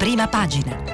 Prima pagina.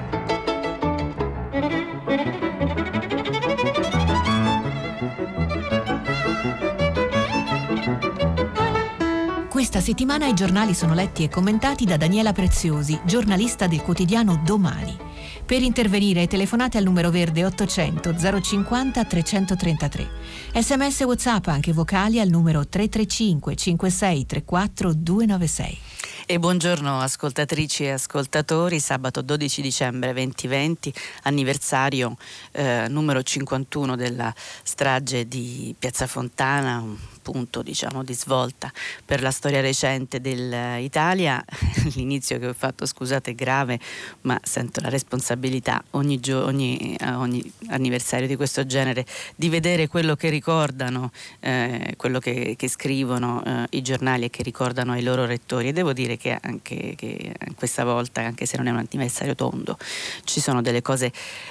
Questa settimana i giornali sono letti e commentati da Daniela Preziosi, giornalista del quotidiano Domani. Per intervenire telefonate al numero verde 800 050 333. SMS WhatsApp anche vocali al numero 335 56 34 296. E buongiorno ascoltatrici e ascoltatori. Sabato 12 dicembre 2020, anniversario numero 51 della strage di Piazza Fontana, un punto diciamo di svolta per la storia recente dell'Italia. L'inizio che ho fatto, scusate, è grave, ma sento la responsabilità ogni anniversario di questo genere di vedere quello che ricordano, quello che scrivono i giornali e che ricordano ai loro lettori. E devo dire che anche questa volta, anche se non è un anniversario tondo, ci sono delle cose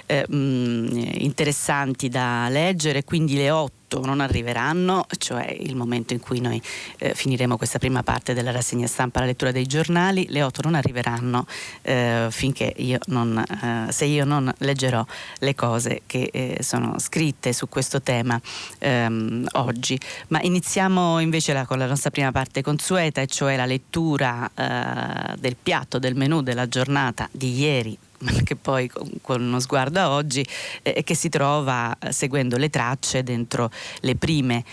interessanti da leggere. Quindi le 8 non arriveranno, cioè il momento in cui noi finiremo questa prima parte della rassegna stampa, la lettura dei giornali. Le 8 non arriveranno finché se io non leggerò le cose che sono scritte su questo tema oggi. Ma iniziamo invece con la nostra prima parte consueta, e cioè la lettura del piatto, del menù della giornata di ieri, che poi con uno sguardo a oggi, che si trova seguendo le tracce dentro le prime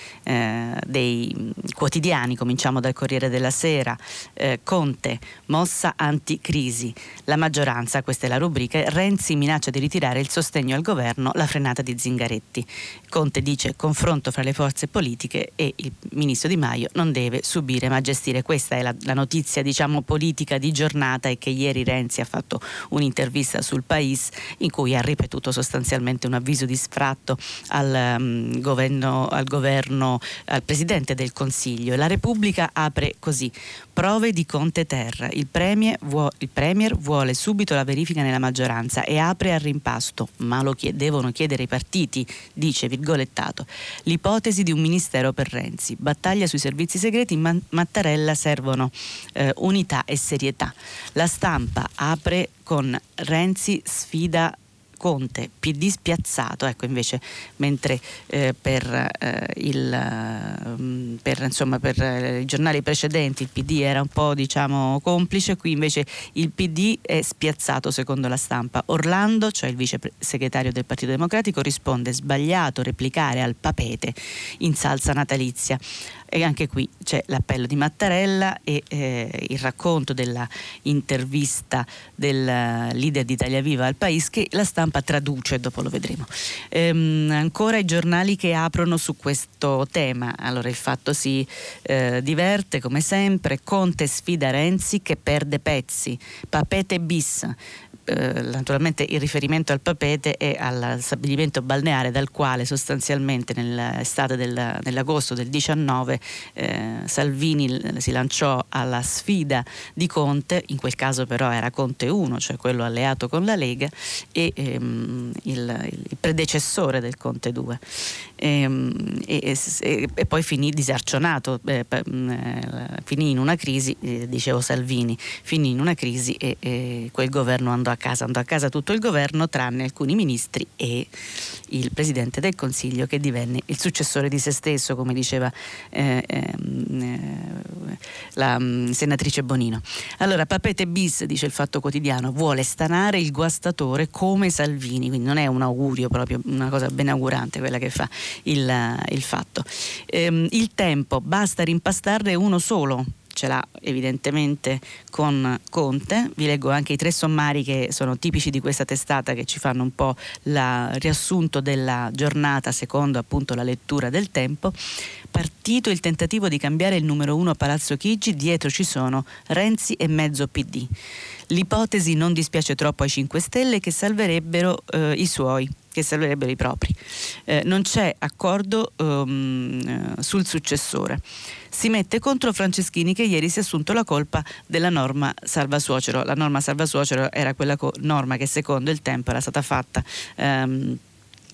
dei quotidiani. Cominciamo dal Corriere della Sera. Conte, mossa anticrisi, la maggioranza, questa è la rubrica, Renzi minaccia di ritirare il sostegno al governo, la frenata di Zingaretti. Conte dice confronto fra le forze politiche e il ministro Di Maio non deve subire ma gestire. Questa è la notizia diciamo politica di giornata, e che ieri Renzi ha fatto un'intervista sul País in cui ha ripetuto sostanzialmente un avviso di sfratto al governo, al Presidente del Consiglio. La Repubblica apre così: prove di Conte Ter, il Premier vuole subito la verifica nella maggioranza e apre al rimpasto, ma lo devono chiedere i partiti, dice, virgolettato, l'ipotesi di un ministero per Renzi, battaglia sui servizi segreti, Mattarella, servono unità e serietà. La Stampa apre con Renzi sfida Conte, PD spiazzato. Ecco, invece, mentre per i giornali precedenti il PD era un po' diciamo complice, qui invece il PD è spiazzato secondo la Stampa. Orlando, cioè il vice segretario del Partito Democratico, risponde: sbagliato replicare al papete in salsa natalizia. E anche qui c'è l'appello di Mattarella e il racconto della intervista del leader di Italia Viva al País, che la Stampa traduce, dopo lo vedremo. Ancora i giornali che aprono su questo tema. Allora, il Fatto si diverte come sempre. Conte sfida Renzi che perde pezzi, papete bis. Naturalmente il riferimento al papete è al stabilimento balneare dal quale sostanzialmente nell'estate nell'agosto del 19 Salvini si lanciò alla sfida di Conte. In quel caso però era Conte 1, cioè quello alleato con la Lega, e il predecessore del Conte 2, e poi finì disarcionato, finì in una crisi, dicevo Salvini, finì in una crisi e quel governo andò a casa tutto il governo, tranne alcuni ministri e il Presidente del Consiglio, che divenne il successore di se stesso, come diceva la senatrice Bonino. Allora, papete bis, dice il Fatto Quotidiano, vuole stanare il guastatore come Salvini, quindi non è un augurio, proprio una cosa benaugurante quella che fa il Fatto. Il Tempo, basta rimpastarne uno solo, ce l'ha evidentemente con Conte. Vi leggo anche i 3 sommari che sono tipici di questa testata, che ci fanno un po' il riassunto della giornata secondo appunto la lettura del Tempo. Partito il tentativo di cambiare il numero 1 a Palazzo Chigi, dietro ci sono Renzi e mezzo PD. L'ipotesi non dispiace troppo ai 5 Stelle, che salverebbero i propri. Non c'è accordo sul successore. Si mette contro Franceschini, che ieri si è assunto la colpa della norma salva suocero. La norma salva suocero era quella norma che secondo il Tempo era stata fatta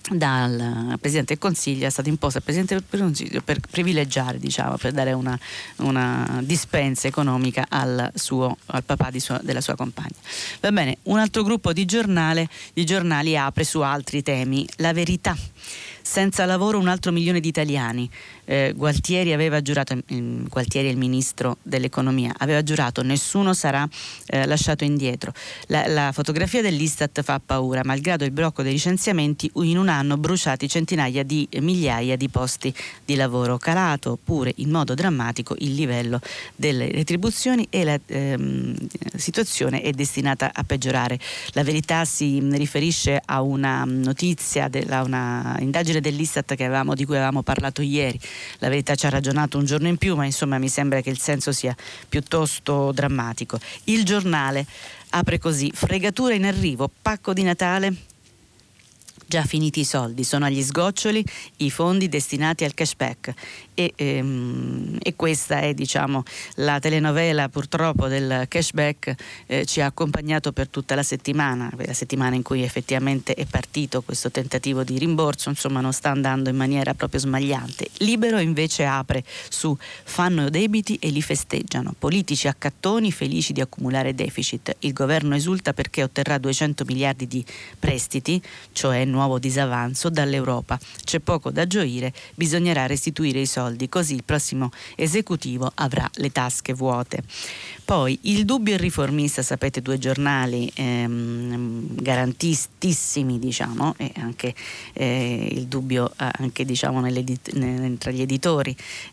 dal Presidente del Consiglio, è stato imposto al Presidente del Consiglio per privilegiare, diciamo, per dare una dispensa economica al papà della sua compagna. Va bene, un altro gruppo di giornali apre su altri temi. La Verità. Senza lavoro 1 milione di italiani. Gualtieri aveva giurato, Gualtieri è il ministro dell'economia, aveva giurato nessuno sarà lasciato indietro. La fotografia dell'Istat fa paura, malgrado il blocco dei licenziamenti, in un anno bruciati centinaia di migliaia di posti di lavoro, calato pure in modo drammatico il livello delle retribuzioni e la situazione è destinata a peggiorare. La Verità si riferisce a una notizia, una indagine dell'Istat di cui avevamo parlato ieri. La Verità ci ha ragionato un giorno in più, ma insomma mi sembra che il senso sia piuttosto drammatico. Il Giornale apre così: fregatura in arrivo, pacco di Natale. Già finiti i soldi, sono agli sgoccioli i fondi destinati al cashback e questa è, diciamo, la telenovela purtroppo del cashback. Ci ha accompagnato per tutta la settimana in cui effettivamente è partito questo tentativo di rimborso, insomma non sta andando in maniera proprio smagliante. Libero invece apre su: fanno debiti e li festeggiano, politici accattoni felici di accumulare deficit, il governo esulta perché otterrà 200 miliardi di prestiti, cioè nuovo disavanzo dall'Europa. C'è poco da gioire, bisognerà restituire i soldi, così il prossimo esecutivo avrà le tasche vuote. Poi Il Dubbio e il Riformista, sapete, 2 giornali garantistissimi, diciamo, e anche Il Dubbio anche, diciamo, tra gli editori,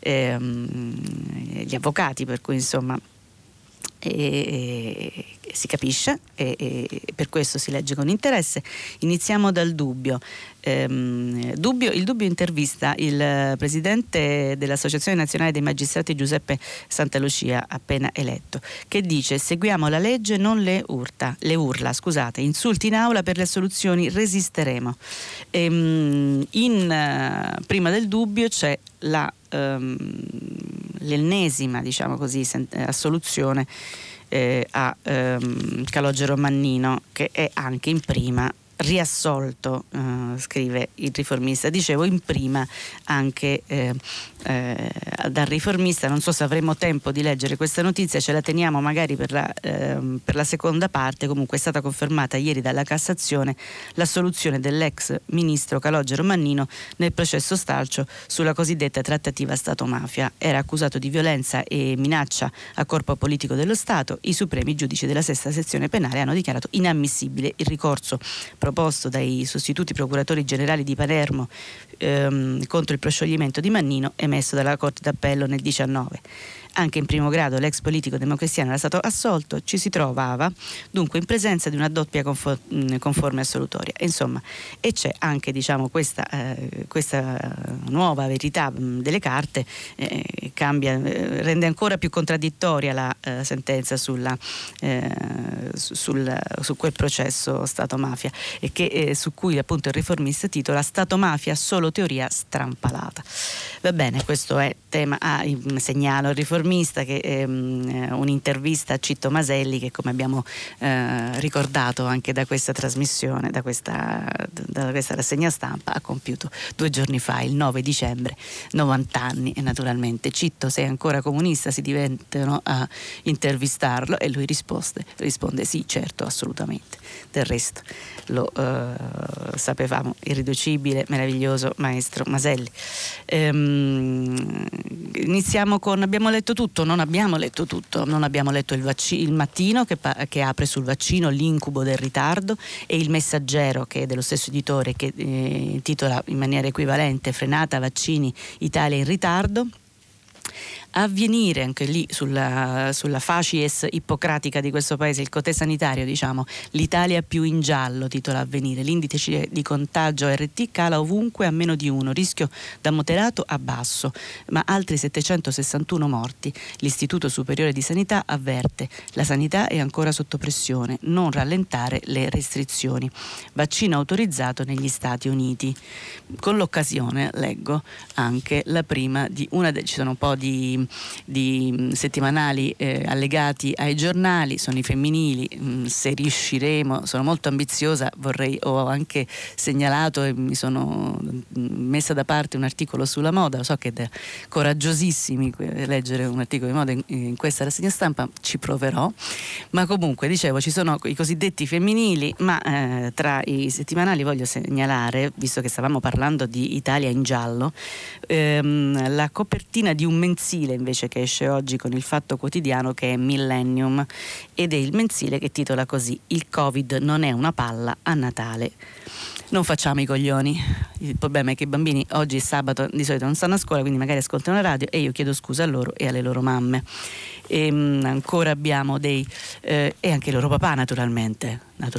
gli avvocati, per cui insomma si capisce e per questo si legge con interesse. Iniziamo dal Dubbio. Il Dubbio intervista il presidente dell'Associazione Nazionale dei Magistrati Giuseppe Santalucia, appena eletto, che dice: seguiamo la legge, non le urla, insulti in aula per le assoluzioni, resisteremo. Prima del Dubbio c'è l'ennesima, diciamo così, assoluzione a Calogero Mannino, che è anche in prima riassolto, scrive il Riformista. Dicevo, in prima anche dal Riformista. Non so se avremo tempo di leggere questa notizia, ce la teniamo magari per la seconda parte. Comunque è stata confermata ieri dalla Cassazione l'assoluzione dell'ex ministro Calogero Mannino nel processo Stalcio sulla cosiddetta trattativa Stato-mafia. Era accusato di violenza e minaccia a corpo politico dello Stato. I supremi giudici della sesta sezione penale hanno dichiarato inammissibile il ricorso proposto dai sostituti procuratori generali di Palermo contro il proscioglimento di Mannino, emesso dalla Corte d'Appello nel 19. Anche in primo grado l'ex politico democristiano era stato assolto. Ci si trovava dunque in presenza di una doppia conforme assolutoria. Insomma, e c'è anche, diciamo, questa nuova verità delle carte, rende ancora più contraddittoria la sentenza su quel processo Stato-mafia, e su cui appunto il Riformista titola: Stato-mafia solo teoria strampalata. Va bene, questo è tema. Segnalo il Riformista che un'intervista a Citto Maselli, che come abbiamo ricordato anche da questa trasmissione, da questa rassegna stampa, ha compiuto 2 giorni fa, il 9 dicembre, 90 anni. E naturalmente: Citto, sei ancora comunista? Si diventano a intervistarlo e lui risponde: sì, certo, assolutamente. Del resto lo sapevamo, irriducibile, meraviglioso maestro Maselli. Iniziamo con: abbiamo letto tutto? Non abbiamo letto tutto. Non abbiamo letto il Mattino che apre sul vaccino, l'incubo del ritardo, e il Messaggero, che è dello stesso editore, che titola in maniera equivalente: frenata vaccini, Italia in ritardo. Avvenire, anche lì sulla facies ippocratica di questo paese, il cotè sanitario, diciamo, l'Italia più in giallo, titola Avvenire. L'indice di contagio RT cala ovunque a meno di 1, rischio da moderato a basso, ma altri 761 morti. L'Istituto Superiore di Sanità avverte: la sanità è ancora sotto pressione, non rallentare le restrizioni. Vaccino autorizzato negli Stati Uniti. Con l'occasione leggo anche la prima ci sono un po' di di settimanali allegati ai giornali, sono i femminili. Se riusciremo, sono molto ambiziosa, ho anche segnalato e mi sono messa da parte un articolo sulla moda. So che è coraggiosissimi leggere un articolo di moda in questa rassegna stampa, ci proverò, ma comunque dicevo ci sono i cosiddetti femminili, ma tra i settimanali voglio segnalare, visto che stavamo parlando di Italia in giallo, la copertina di un mensile invece che esce oggi con il Fatto Quotidiano, che è Millennium, ed è il mensile che titola così: il Covid non è una palla a Natale. Non facciamo i coglioni. Il problema è che i bambini oggi sabato di solito non stanno a scuola, quindi magari ascoltano la radio, e io chiedo scusa a loro e alle loro mamme. Ancora abbiamo e anche il loro papà naturalmente.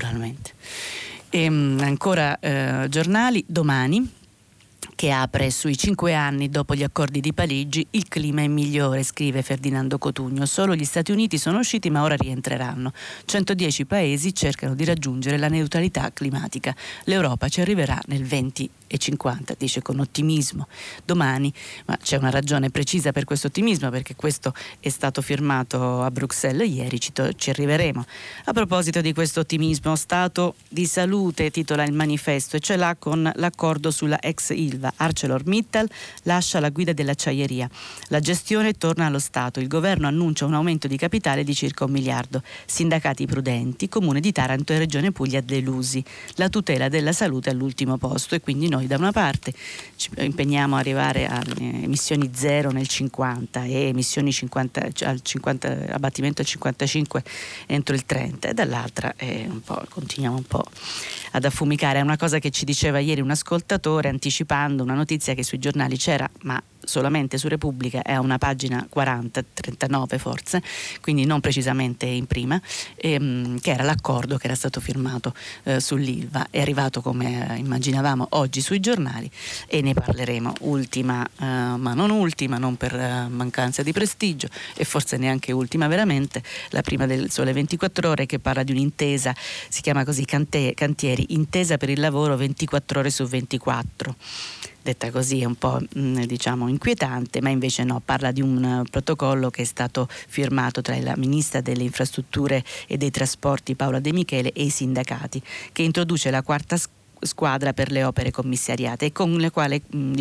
Ancora giornali, Domani, che apre sui 5 anni dopo gli accordi di Parigi, il clima è migliore, scrive Ferdinando Cotugno. Solo gli Stati Uniti sono usciti, ma ora rientreranno. 110 paesi cercano di raggiungere la neutralità climatica. L'Europa ci arriverà nel 2050, dice con ottimismo. Domani, ma c'è una ragione precisa per questo ottimismo, perché questo è stato firmato a Bruxelles ieri, ci arriveremo. A proposito di questo ottimismo, stato di salute titola il manifesto, e ce l'ha con l'accordo sulla ex Ilva. ArcelorMittal lascia la guida dell'acciaieria. La gestione torna allo Stato. Il governo annuncia un aumento di capitale di circa 1 miliardo. Sindacati prudenti, Comune di Taranto e Regione Puglia delusi. La tutela della salute all'ultimo posto, e quindi noi da una parte ci impegniamo a arrivare a emissioni zero nel 50 e emissioni 50, abbattimento al 55 entro il 30, e dall'altra continuiamo un po' ad affumicare. È una cosa che ci diceva ieri un ascoltatore, anticipando una notizia che sui giornali c'era, ma solamente su Repubblica, è a una pagina 40, 39 forse, quindi non precisamente in prima, che era l'accordo che era stato firmato sull'Ilva. È arrivato, come immaginavamo, oggi sui giornali, e ne parleremo. Ultima, ma non ultima, non per mancanza di prestigio, e forse neanche ultima veramente, la prima del Sole 24 Ore, che parla di un'intesa, si chiama così, Cantieri, intesa per il lavoro 24 ore su 24. Detta così è un po' inquietante, ma invece no, parla di un protocollo che è stato firmato tra la ministra delle infrastrutture e dei trasporti Paola De Michele e i sindacati, che introduce la quarta squadra per le opere commissariate, e con le quali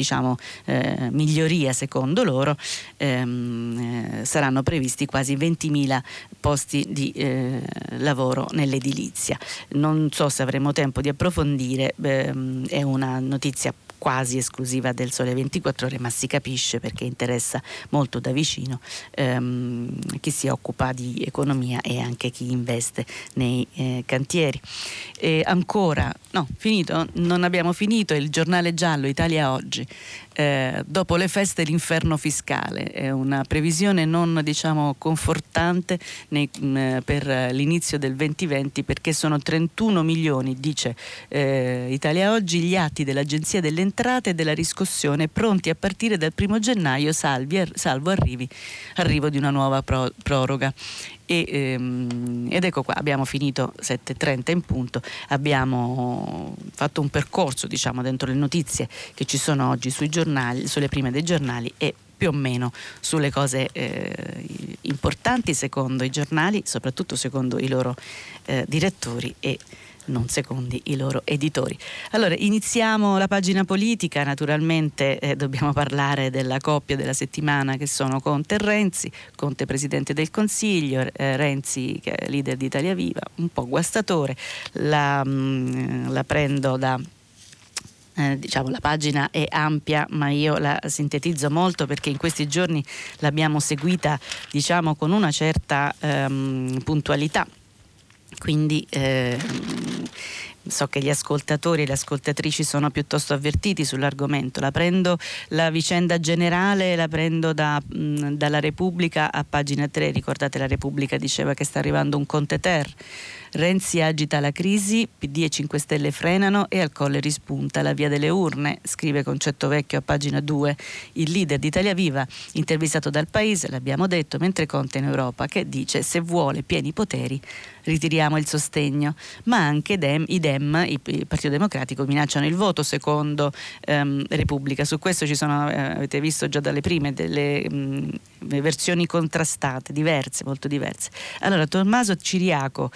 miglioria secondo loro saranno previsti quasi 20.000 posti di lavoro nell'edilizia. Non so se avremo tempo di approfondire, è una notizia quasi esclusiva del Sole 24 Ore, ma si capisce perché interessa molto da vicino chi si occupa di economia e anche chi investe nei cantieri. Non abbiamo finito. Il giornale giallo Italia Oggi, dopo le feste l'inferno fiscale, è una previsione non confortante per l'inizio del 2020, perché sono 31 milioni, dice Italia Oggi, gli atti dell'Agenzia delle Entrate e della riscossione pronti a partire dal 1 gennaio, salvo arrivo di una nuova proroga. Ed ecco qua, abbiamo finito 7:30 in punto, abbiamo fatto un percorso dentro le notizie che ci sono oggi sui giornali, sulle prime dei giornali, e più o meno sulle cose importanti secondo i giornali, soprattutto secondo i loro direttori e non secondi i loro editori. Allora, iniziamo la pagina politica. Naturalmente dobbiamo parlare della coppia della settimana, che sono Conte e Renzi. Conte presidente del Consiglio, Renzi che è leader di Italia Viva, un po' guastatore. La prendo da la pagina è ampia, ma io la sintetizzo molto, perché in questi giorni l'abbiamo seguita con una certa puntualità. Quindi so che gli ascoltatori e le ascoltatrici sono piuttosto avvertiti sull'argomento. La prendo la vicenda generale, la prendo dalla Repubblica a pagina 3. Ricordate, la Repubblica diceva che sta arrivando un Conte Ter. Renzi agita la crisi, PD e 5 Stelle frenano e al Colle rispunta la via delle urne, scrive Concetto Vecchio a pagina 2. Il leader di Italia Viva, intervistato dal Paese, l'abbiamo detto, mentre Conte in Europa, che dice: se vuole pieni poteri ritiriamo il sostegno, ma anche i Dem, il Partito Democratico, minacciano il voto secondo Repubblica. Su questo ci sono, avete visto già dalle prime, delle versioni contrastate, diverse, molto diverse. Allora Tommaso Ciriaco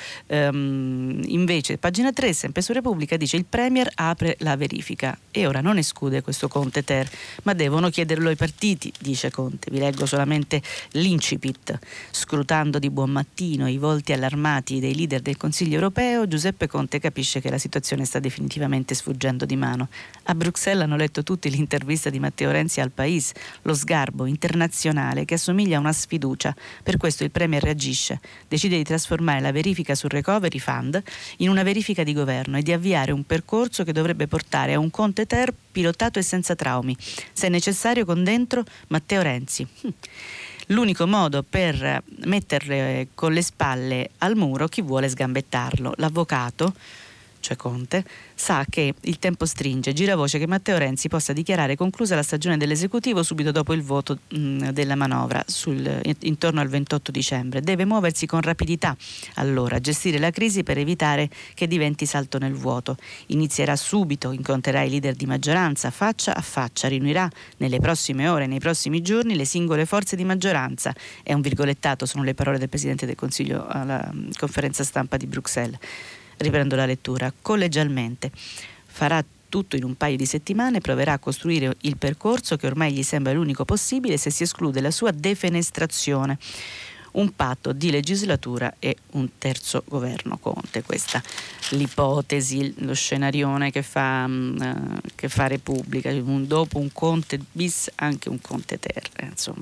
invece, pagina 3, sempre su Repubblica, dice: il Premier apre la verifica e ora non esclude questo Conte Ter, ma devono chiederlo i partiti, dice Conte. Vi leggo solamente l'incipit. Scrutando di buon mattino i volti allarmati dei leader del Consiglio europeo, Giuseppe Conte capisce che la situazione sta definitivamente sfuggendo di mano. A Bruxelles hanno letto tutti l'intervista di Matteo Renzi al País, lo sgarbo internazionale che assomiglia a una sfiducia. Per questo il Premier reagisce, decide di trasformare la verifica sul Recovery Fund in una verifica di governo e di avviare un percorso che dovrebbe portare a un Conte Ter pilotato e senza traumi, se necessario con dentro Matteo Renzi. L'unico modo per mettere con le spalle al muro chi vuole sgambettarlo. L'avvocato, cioè Conte, sa che il tempo stringe, gira voce che Matteo Renzi possa dichiarare conclusa la stagione dell'esecutivo subito dopo il voto della manovra intorno al 28 dicembre. Deve muoversi con rapidità, allora, gestire la crisi per evitare che diventi salto nel vuoto. Inizierà subito, incontrerà i leader di maggioranza faccia a faccia, riunirà nelle prossime ore, nei prossimi giorni, le singole forze di maggioranza. È un virgolettato, sono le parole del Presidente del Consiglio alla conferenza stampa di Bruxelles. Riprendo la lettura. Collegialmente farà tutto in un paio di settimane, proverà a costruire il percorso che ormai gli sembra l'unico possibile se si esclude la sua defenestrazione. Un patto di legislatura e un terzo governo Conte. Questa l'ipotesi, lo scenarione che fa Repubblica. Dopo un Conte bis anche un Conte Ter, insomma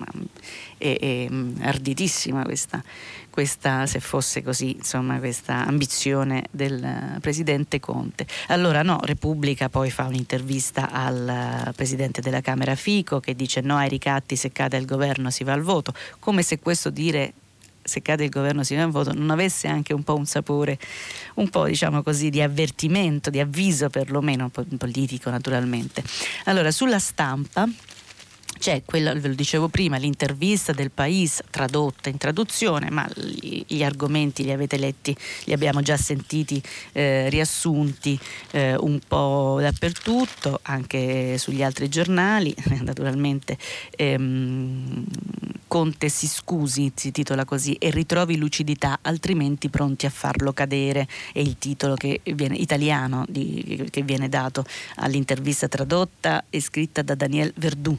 è arditissima questa, se fosse così, insomma, questa ambizione del presidente Conte. Allora no, Repubblica poi fa un'intervista al presidente della Camera Fico che dice no ai ricatti, se cade il governo si va al voto, come se questo dire se cade il governo si va al voto non avesse anche un po' un sapore, un po' diciamo così di avvertimento, di avviso perlomeno, politico naturalmente. Allora sulla Stampa c'è quella, ve lo dicevo prima, l'intervista del País tradotta in traduzione, ma gli argomenti li avete letti, li abbiamo già sentiti riassunti un po' dappertutto, anche sugli altri giornali. Naturalmente Conte si scusi, si titola così, e ritrovi lucidità, altrimenti pronti a farlo cadere, è il titolo che viene italiano che viene dato all'intervista tradotta e scritta da Daniel Verdú.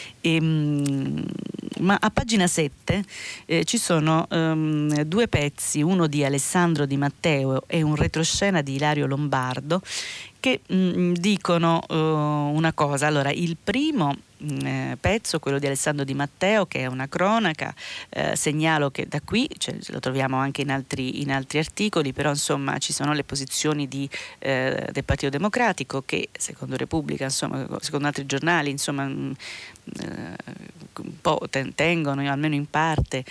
Ma a pagina 7 ci sono due pezzi, uno di Alessandro Di Matteo e un retroscena di Ilario Lombardo, che dicono una cosa. Allora, il primo pezzo, quello di Alessandro Di Matteo, che è una cronaca, segnalo che da qui, cioè, lo troviamo anche in altri articoli, però insomma ci sono le posizioni del Partito Democratico che secondo Repubblica, insomma, secondo altri giornali, insomma un po' tengono almeno in parte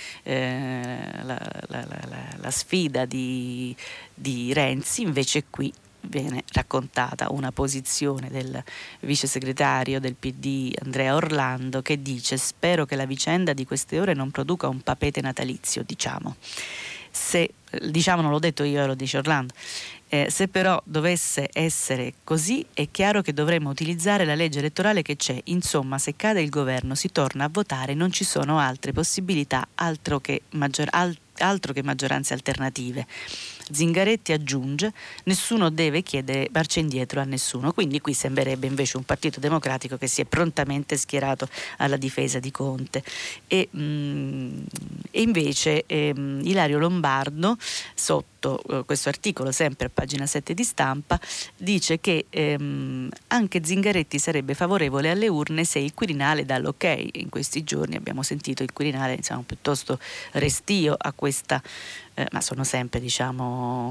la sfida di Renzi. Invece qui viene raccontata una posizione del vice segretario del PD Andrea Orlando, che dice: spero che la vicenda di queste ore non produca un papete natalizio, diciamo non l'ho detto io, lo dice Orlando. Se però dovesse essere così, è chiaro che dovremmo utilizzare la legge elettorale che c'è. Insomma, se cade il governo si torna a votare, non ci sono altre possibilità, altro che maggioranze alternative. Zingaretti aggiunge: nessuno deve chiedere marcia indietro a nessuno. Quindi qui sembrerebbe invece un Partito Democratico che si è prontamente schierato alla difesa di Conte. E invece Ilario Lombardo, sotto questo articolo sempre a pagina 7 di Stampa, dice che anche Zingaretti sarebbe favorevole alle urne se il Quirinale dà l'ok. In questi giorni abbiamo sentito il Quirinale, insomma, piuttosto restio a questa, ma sono sempre, diciamo,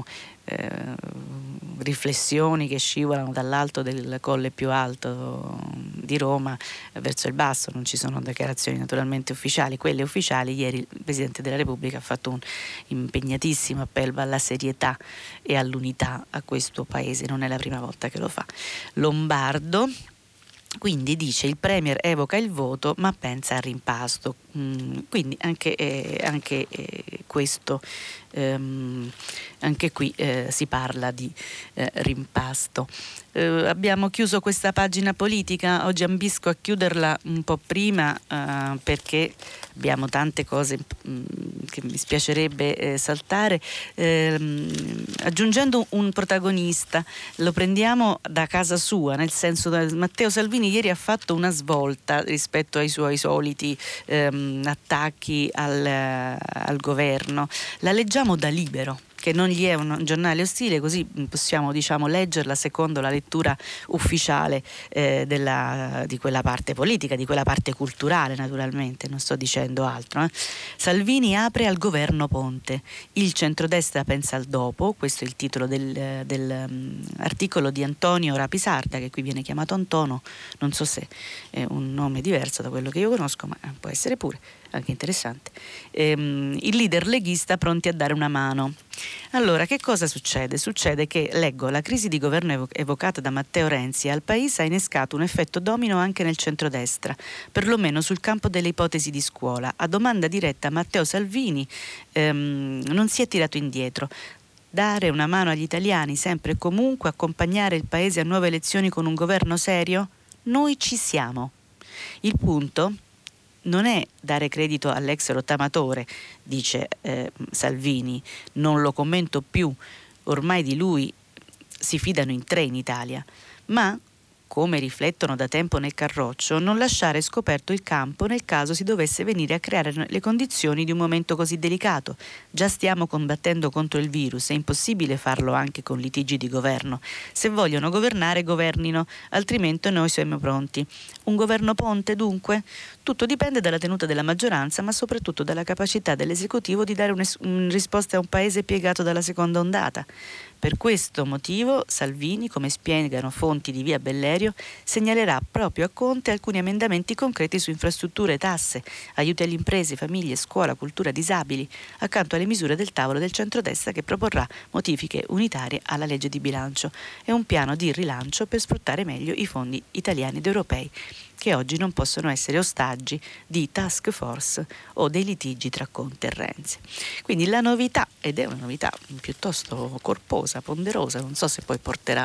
riflessioni che scivolano dall'alto del colle più alto di Roma verso il basso. Non ci sono dichiarazioni naturalmente ufficiali. Quelle ufficiali, ieri il Presidente della Repubblica ha fatto un impegnatissimo appello alla serietà e all'unità a questo Paese, non è la prima volta che lo fa. Lombardo quindi dice: il Premier evoca il voto ma pensa al rimpasto. Quindi anche questo, anche qui si parla di rimpasto. Abbiamo chiuso questa pagina politica, oggi ambisco a chiuderla un po' prima perché abbiamo tante cose che mi spiacerebbe saltare, aggiungendo un protagonista. Lo prendiamo da casa sua, nel senso che Matteo Salvini ieri ha fatto una svolta rispetto ai suoi soliti attacchi al governo. La leggiamo da Libero, che non gli è un giornale ostile, così possiamo leggerla secondo la lettura ufficiale di quella parte politica, di quella parte culturale, naturalmente, non sto dicendo altro. Salvini apre al governo Ponte, il centrodestra pensa al dopo, questo è il titolo dell'articolo di Antonio Rapisarda, che qui viene chiamato Antono, non so se è un nome diverso da quello che io conosco, ma può essere pure anche interessante. Il leader leghista pronti a dare una mano. Allora, che cosa succede? Succede che, leggo, la crisi di governo evocata da Matteo Renzi al Paese ha innescato un effetto domino anche nel centrodestra, perlomeno sul campo delle ipotesi di scuola. A domanda diretta Matteo Salvini non si è tirato indietro. Dare una mano agli italiani sempre e comunque, accompagnare il Paese a nuove elezioni con un governo serio? Noi ci siamo. Il punto non è dare credito all'ex rottamatore, dice Salvini, non lo commento più, ormai di lui si fidano in 3 in Italia, ma, come riflettono da tempo nel Carroccio, non lasciare scoperto il campo nel caso si dovesse venire a creare le condizioni di un momento così delicato. Già stiamo combattendo contro il virus, è impossibile farlo anche con litigi di governo. Se vogliono governare, governino, altrimenti noi siamo pronti. Un governo Ponte, dunque? Tutto dipende dalla tenuta della maggioranza, ma soprattutto dalla capacità dell'esecutivo di dare una risposta a un paese piegato dalla seconda ondata. Per questo motivo Salvini, come spiegano fonti di via Bellerio, segnalerà proprio a Conte alcuni emendamenti concreti su infrastrutture e tasse, aiuti alle imprese, famiglie, scuola, cultura, disabili, accanto alle misure del tavolo del centrodestra che proporrà modifiche unitarie alla legge di bilancio e un piano di rilancio per sfruttare meglio i fondi italiani ed europei, che oggi non possono essere ostaggi di task force o dei litigi tra Conte e Renzi. Quindi la novità, ed è una novità piuttosto corposa, ponderosa, non so se poi porterà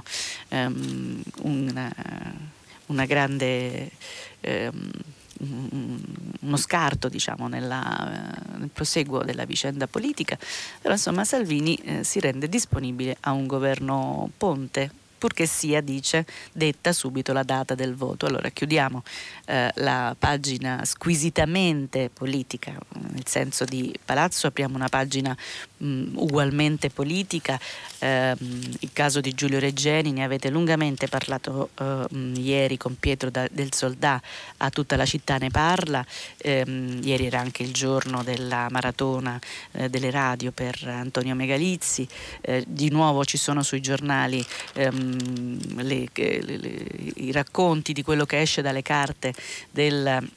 una grande uno scarto nel proseguo della vicenda politica, però insomma Salvini si rende disponibile a un governo Ponte, purché sia, dice, detta subito la data del voto. Allora chiudiamo la pagina squisitamente politica, nel senso di Palazzo, apriamo una pagina ugualmente politica. Il caso di Giulio Regeni, ne avete lungamente parlato ieri con Pietro del Soldà, a tutta la città ne parla. Ieri era anche il giorno della maratona delle radio per Antonio Megalizzi. Di nuovo ci sono sui giornali i racconti di quello che esce dalle carte del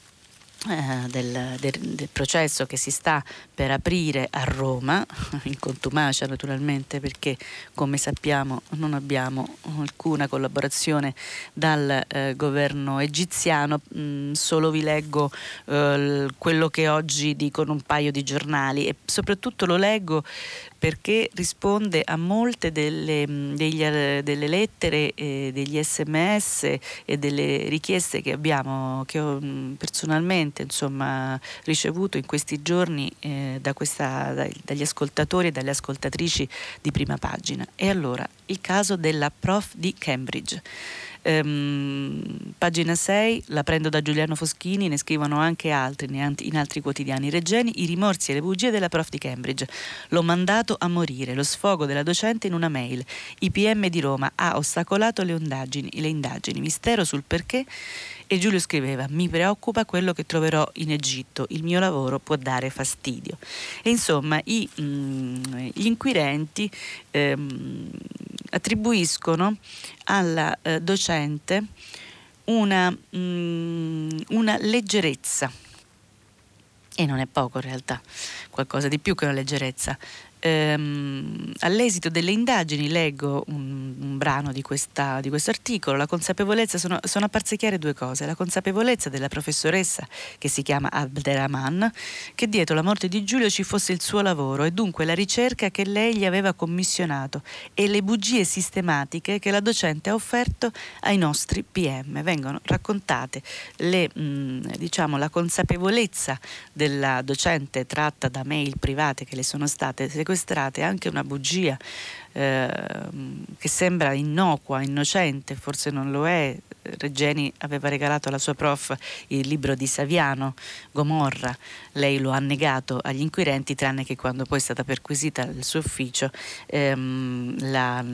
processo che si sta per aprire a Roma, in contumacia naturalmente, perché come sappiamo non abbiamo alcuna collaborazione dal governo egiziano. Solo vi leggo quello che oggi dicono un paio di giornali, e soprattutto lo leggo perché risponde a molte delle lettere, degli SMS e delle richieste che ho personalmente ricevuto in questi giorni dagli ascoltatori e dalle ascoltatrici di Prima Pagina. E allora, il caso della prof di Cambridge. Pagina 6, la prendo da Giuliano Foschini, ne scrivono anche altri in altri quotidiani. Regeni, i rimorsi e le bugie della prof di Cambridge, l'ho mandato a morire, lo sfogo della docente in una mail, i PM di Roma ha ostacolato le indagini, mistero sul perché. E Giulio scriveva: mi preoccupa quello che troverò in Egitto, il mio lavoro può dare fastidio. E insomma gli inquirenti attribuiscono alla docente una leggerezza, e non è poco in realtà, qualcosa di più che una leggerezza. All'esito delle indagini, leggo un brano di questo articolo. La consapevolezza, sono apparse chiare due cose: la consapevolezza della professoressa, che si chiama Abderrahman, che dietro la morte di Giulio ci fosse il suo lavoro e dunque la ricerca che lei gli aveva commissionato, e le bugie sistematiche che la docente ha offerto ai nostri PM. Vengono raccontate la consapevolezza della docente tratta da mail private che le sono state sequestrate, anche una bugia che sembra innocua, innocente, forse non lo è. Regeni aveva regalato alla sua prof il libro di Saviano, Gomorra. Lei lo ha negato agli inquirenti, tranne che quando poi è stata perquisita il suo ufficio lo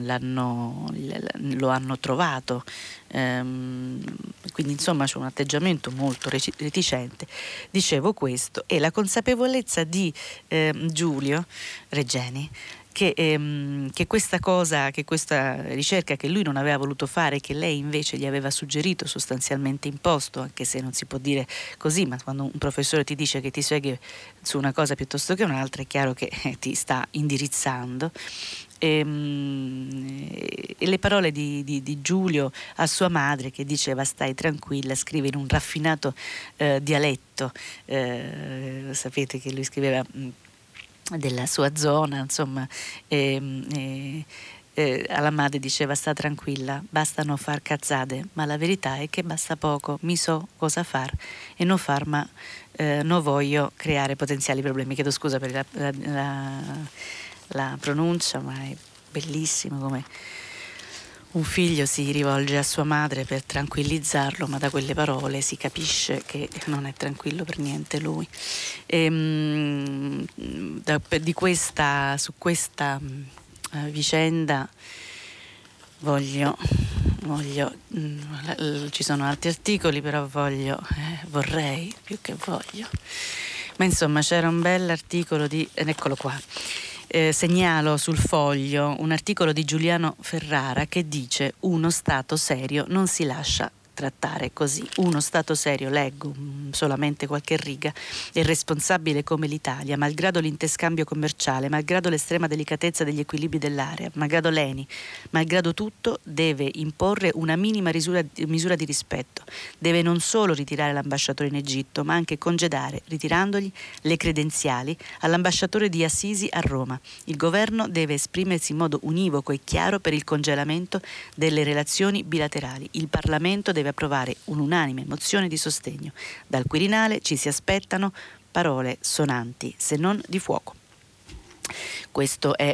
hanno trovato. Quindi insomma c'è un atteggiamento molto reticente. Dicevo questo, e la consapevolezza di Giulio Regeni che questa ricerca che lui non aveva voluto fare, che lei invece gli aveva suggerito, sostanzialmente imposto, anche se non si può dire così, ma quando un professore ti dice che ti segui su una cosa piuttosto che un'altra, è chiaro che ti sta indirizzando. E le parole di Giulio a sua madre, che diceva stai tranquilla, scrive in un raffinato dialetto, sapete che lui scriveva della sua zona, insomma, alla madre diceva sta tranquilla, bastano far cazzate, ma la verità è che basta poco, mi so cosa far e non far, ma non voglio creare potenziali problemi. Chiedo scusa per la pronuncia, ma è bellissimo come un figlio si rivolge a sua madre per tranquillizzarlo, ma da quelle parole si capisce che non è tranquillo per niente lui. Su questa vicenda ci sono altri articoli, però vorrei più che voglio. Ma insomma c'era un bell'articolo eccolo qua. Segnalo sul Foglio un articolo di Giuliano Ferrara che dice: uno Stato serio non si lascia trattare così. Uno Stato serio, leggo solamente qualche riga, è responsabile come l'Italia, malgrado l'interscambio commerciale, malgrado l'estrema delicatezza degli equilibri dell'area, malgrado l'ENI, malgrado tutto, deve imporre una minima misura di rispetto. Deve non solo ritirare l'ambasciatore in Egitto, ma anche congedare, ritirandogli le credenziali, all'ambasciatore di Assisi a Roma. Il governo deve esprimersi in modo univoco e chiaro per il congelamento delle relazioni bilaterali. Il Parlamento deve approvare un'unanime mozione di sostegno. Dal Quirinale ci si aspettano parole sonanti, se non di fuoco. Questo è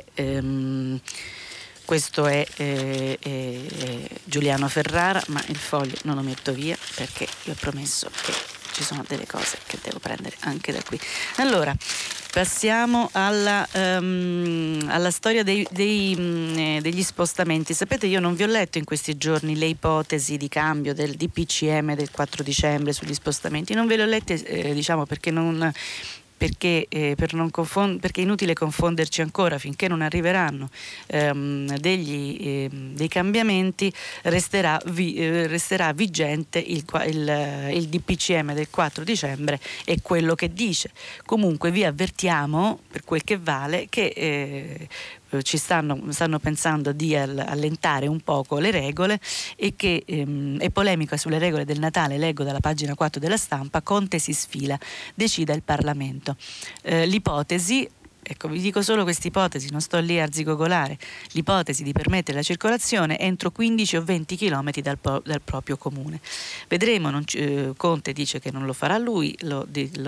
Giuliano Ferrara, ma il Foglio non lo metto via perché vi ho promesso che ci sono delle cose che devo prendere anche da qui. Allora, passiamo alla storia degli spostamenti. Sapete, io non vi ho letto in questi giorni le ipotesi di cambio del DPCM del 4 dicembre sugli spostamenti. Non ve le ho lette, perché è inutile confonderci ancora finché non arriveranno dei cambiamenti. Resterà vigente il DPCM del 4 dicembre e quello che dice. Comunque vi avvertiamo, per quel che vale, che ci stanno pensando di allentare un poco le regole e che è polemica sulle regole del Natale. Leggo dalla pagina 4 della Stampa: Conte si sfila, decida il Parlamento. L'ipotesi, ecco, vi dico solo questa ipotesi, non sto lì a arzigogolare, l'ipotesi di permettere la circolazione entro 15 o 20 km dal proprio comune. Vedremo, Conte dice che non lo farà lui, lo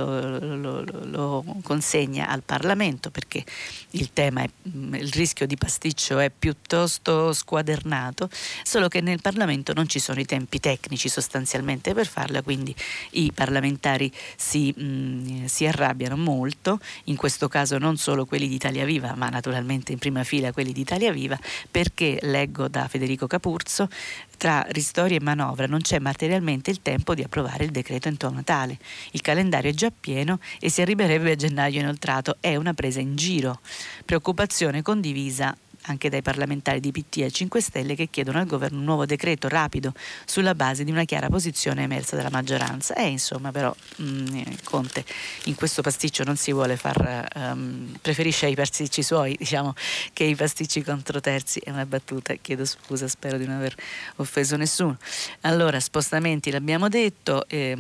consegna al Parlamento perché il rischio di pasticcio è piuttosto squadernato, solo che nel Parlamento non ci sono i tempi tecnici sostanzialmente per farla, quindi i parlamentari si arrabbiano molto, in questo caso non solo quelli di Italia Viva, ma naturalmente in prima fila quelli di Italia Viva, perché, leggo da Federico Capurzo, tra ristori e manovra non c'è materialmente il tempo di approvare il decreto entro Natale. Il calendario è già pieno e si arriverebbe a gennaio inoltrato. È una presa in giro. Preoccupazione condivisa anche dai parlamentari di PT e 5 Stelle, che chiedono al governo un nuovo decreto rapido sulla base di una chiara posizione emersa dalla maggioranza. Insomma, però Conte in questo pasticcio non si vuole preferisce i pasticci suoi, diciamo, che i pasticci contro terzi. È una battuta, chiedo scusa, spero di non aver offeso nessuno. Allora, spostamenti l'abbiamo detto, il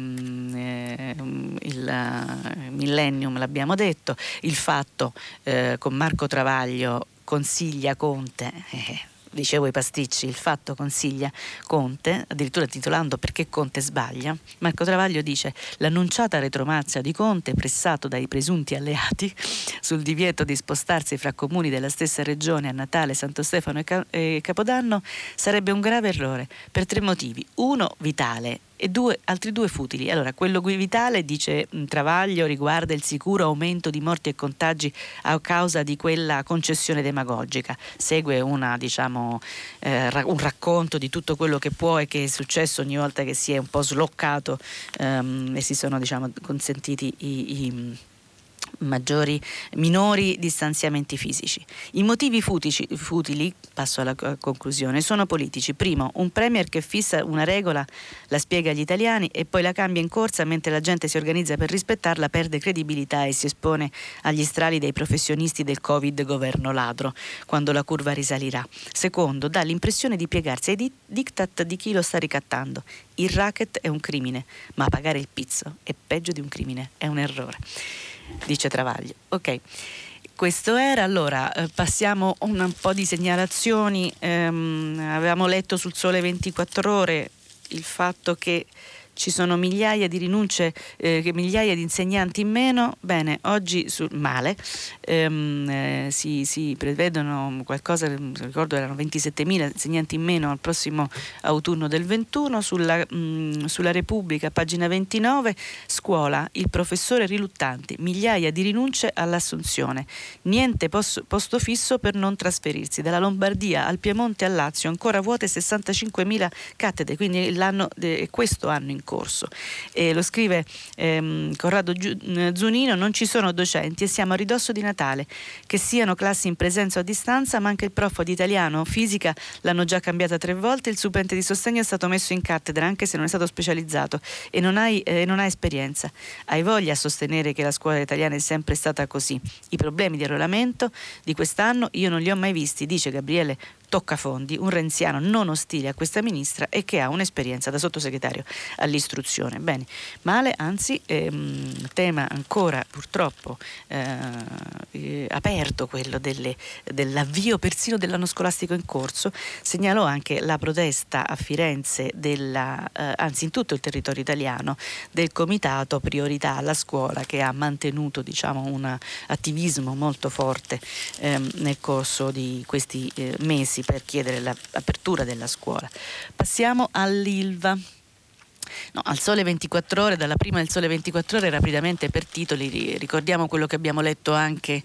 Millennium l'abbiamo detto, il Fatto con Marco Travaglio consiglia Conte, dicevo i pasticci, il Fatto consiglia Conte, addirittura titolando "Perché Conte sbaglia". Marco Travaglio dice: l'annunciata retromarcia di Conte, pressato dai presunti alleati sul divieto di spostarsi fra comuni della stessa regione a Natale, Santo Stefano e Capodanno, sarebbe un grave errore per 3 motivi: uno vitale e altri 2 futili. Allora, quello vitale, dice Travaglio, riguarda il sicuro aumento di morti e contagi a causa di quella concessione demagogica. Segue un racconto di tutto quello che può e che è successo ogni volta che si è un po' sloccato e si sono, consentiti i minori distanziamenti fisici. I motivi futili, passo alla conclusione, sono politici. Primo, un premier che fissa una regola, la spiega agli italiani e poi la cambia in corsa mentre la gente si organizza per rispettarla, perde credibilità e si espone agli strali dei professionisti del Covid governo ladro, quando la curva risalirà. Secondo, dà l'impressione di piegarsi ai diktat di chi lo sta ricattando. Il racket è un crimine, ma pagare il pizzo è peggio di un crimine, è un errore, dice Travaglio. Ok, questo era. Allora passiamo a un po' di segnalazioni. Avevamo letto sul Sole 24 Ore il fatto che ci sono migliaia di rinunce, migliaia di insegnanti in meno. Bene, oggi male, si prevedono qualcosa, ricordo erano 27.000 insegnanti in meno al prossimo autunno del 21. Sulla Repubblica, pagina 29, scuola, il professore riluttante, migliaia di rinunce all'assunzione, niente posto fisso per non trasferirsi. Dalla Lombardia al Piemonte al Lazio ancora vuote 65.000 cattedre, quindi questo anno in corso. Lo scrive Corrado Zunino: non ci sono docenti e siamo a ridosso di Natale, che siano classi in presenza o a distanza, ma anche il prof di italiano o fisica l'hanno già cambiata 3 volte, il suplente di sostegno è stato messo in cattedra anche se non è stato specializzato e non ha esperienza. Hai voglia a sostenere che la scuola italiana è sempre stata così? I problemi di arruolamento di quest'anno io non li ho mai visti, dice Gabriele Toccafondi, un renziano non ostile a questa ministra e che ha un'esperienza da sottosegretario all'istruzione. Bene, male, anzi, tema ancora purtroppo aperto, quello dell'avvio persino dell'anno scolastico in corso. Segnalò anche la protesta a Firenze anzi in tutto il territorio italiano, del comitato Priorità alla Scuola, che ha mantenuto un attivismo molto forte nel corso di questi mesi per chiedere l'apertura della scuola. Passiamo all'Ilva. Al Sole 24 Ore, dalla prima del Sole 24 Ore, rapidamente per titoli ricordiamo quello che abbiamo letto anche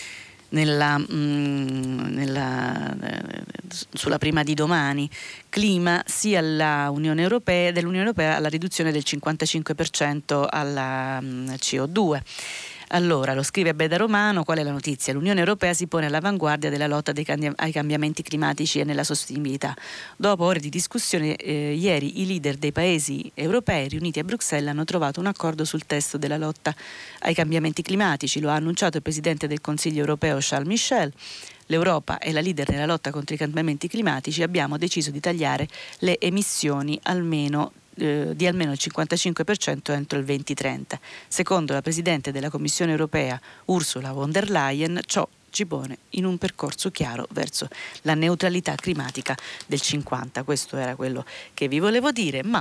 sulla prima di Domani. Clima, sì dell'Unione Europea alla riduzione del 55% alla CO2. Allora, lo scrive Beda Romano, qual è la notizia? L'Unione Europea si pone all'avanguardia della lotta ai cambiamenti climatici e nella sostenibilità. Dopo ore di discussione, ieri i leader dei paesi europei riuniti a Bruxelles hanno trovato un accordo sul testo della lotta ai cambiamenti climatici. Lo ha annunciato il Presidente del Consiglio europeo Charles Michel. L'Europa è la leader nella lotta contro i cambiamenti climatici. Abbiamo deciso di tagliare le emissioni di almeno il 55% entro il 2030. Secondo la Presidente della Commissione europea Ursula von der Leyen, ciò ci pone in un percorso chiaro verso la neutralità climatica del 50. Questo era quello che vi volevo dire, ma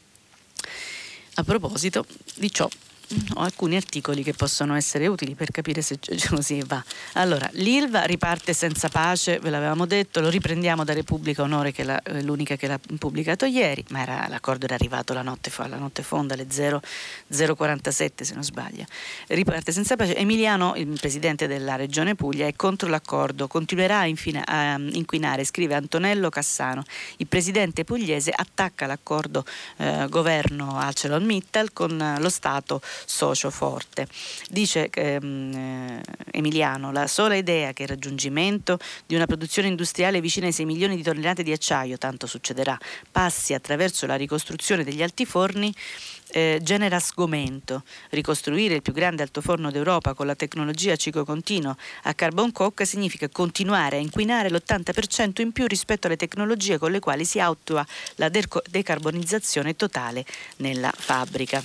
a proposito di ciò ho alcuni articoli che possono essere utili per capire se così va. Allora, l'Ilva riparte senza pace, ve l'avevamo detto, lo riprendiamo da Repubblica Onore, che è l'unica che l'ha pubblicato ieri, ma l'accordo era arrivato la notte fonda, alle 0:47 se non sbaglio. Riparte senza pace. Emiliano, il presidente della regione Puglia, è contro l'accordo, continuerà a inquinare, scrive Antonello Cassano. Il presidente pugliese attacca l'accordo governo ArcelorMittal con lo Stato socio forte. Dice Emiliano: la sola idea che il raggiungimento di una produzione industriale vicina ai 6 milioni di tonnellate di acciaio, tanto succederà, passi attraverso la ricostruzione degli altiforni genera sgomento. Ricostruire il più grande altoforno d'Europa con la tecnologia a ciclo continuo a carbon coke significa continuare a inquinare l'80% in più rispetto alle tecnologie con le quali si attua la decarbonizzazione totale nella fabbrica.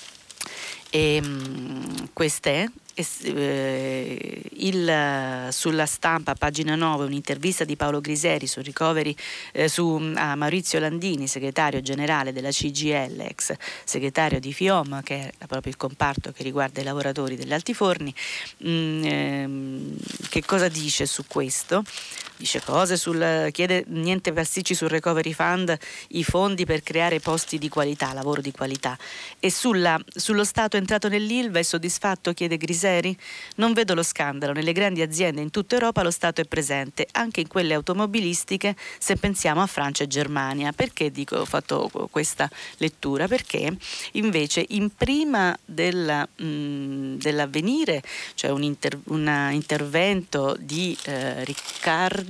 Quest'è sulla Stampa, pagina 9, un'intervista di Paolo Griseri sul ricoveri a Maurizio Landini, segretario generale della CGIL, ex segretario di FIOM, che è proprio il comparto che riguarda i lavoratori degli altiforni. Che cosa dice su questo? Dice cose chiede niente pasticci sul Recovery Fund, i fondi per creare posti di qualità, lavoro di qualità. E sullo Stato entrato nell'Ilva è soddisfatto, chiede Griseri? Non vedo lo scandalo. Nelle grandi aziende in tutta Europa lo Stato è presente, anche in quelle automobilistiche, se pensiamo a Francia e Germania. Perché ho fatto questa lettura? Perché invece in prima dell'Avvenire c'è un intervento di Riccardi.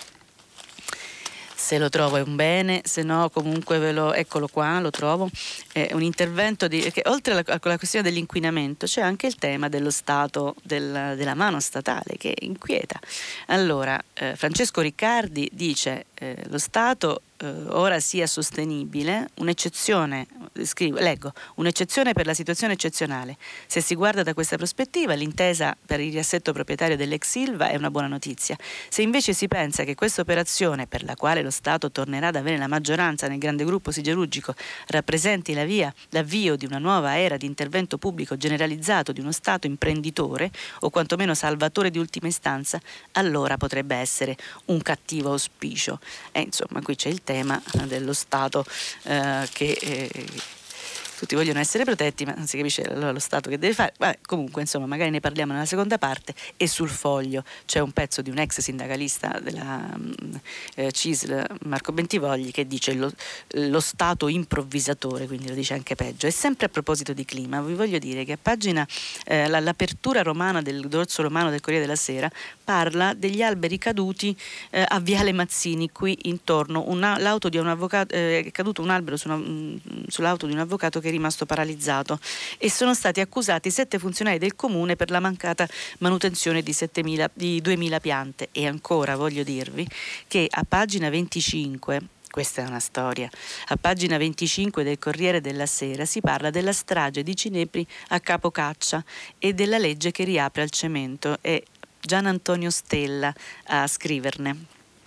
Se lo trovo è un bene, se no comunque eccolo qua, lo trovo. È un intervento che oltre alla questione dell'inquinamento c'è anche il tema dello Stato, della mano statale, che inquieta. Allora, Francesco Riccardi dice lo Stato ora sia sostenibile, un'eccezione, leggo, un'eccezione per la situazione eccezionale. Se si guarda da questa prospettiva, l'intesa per il riassetto proprietario dell'ex Ilva è una buona notizia. Se invece si pensa che questa operazione, per la quale lo Stato tornerà ad avere la maggioranza nel grande gruppo siderurgico, rappresenti l'avvio di una nuova era di intervento pubblico generalizzato di uno Stato imprenditore, o quantomeno salvatore di ultima istanza, allora potrebbe essere un cattivo auspicio. Insomma, qui c'è il tema dello Stato che tutti vogliono essere protetti, ma non si capisce allora lo Stato che deve fare. Comunque, insomma, magari ne parliamo nella seconda parte. E sul Foglio c'è un pezzo di un ex sindacalista della CISL, Marco Bentivogli, che dice lo Stato improvvisatore, quindi lo dice anche peggio. E sempre a proposito di clima, vi voglio dire che a pagina l'apertura romana del dorso romano del Corriere della Sera parla degli alberi caduti a Viale Mazzini, qui intorno. L'auto di un avvocato, è caduto un albero sull'auto di un avvocato che è rimasto paralizzato, e sono stati accusati 7 funzionari del comune per la mancata manutenzione di 2.000 piante. E ancora voglio dirvi che a pagina 25, questa è una storia, a pagina 25 del Corriere della Sera si parla della strage di Cinepri a Capocaccia e della legge che riapre al cemento. È Gian Antonio Stella a scriverne.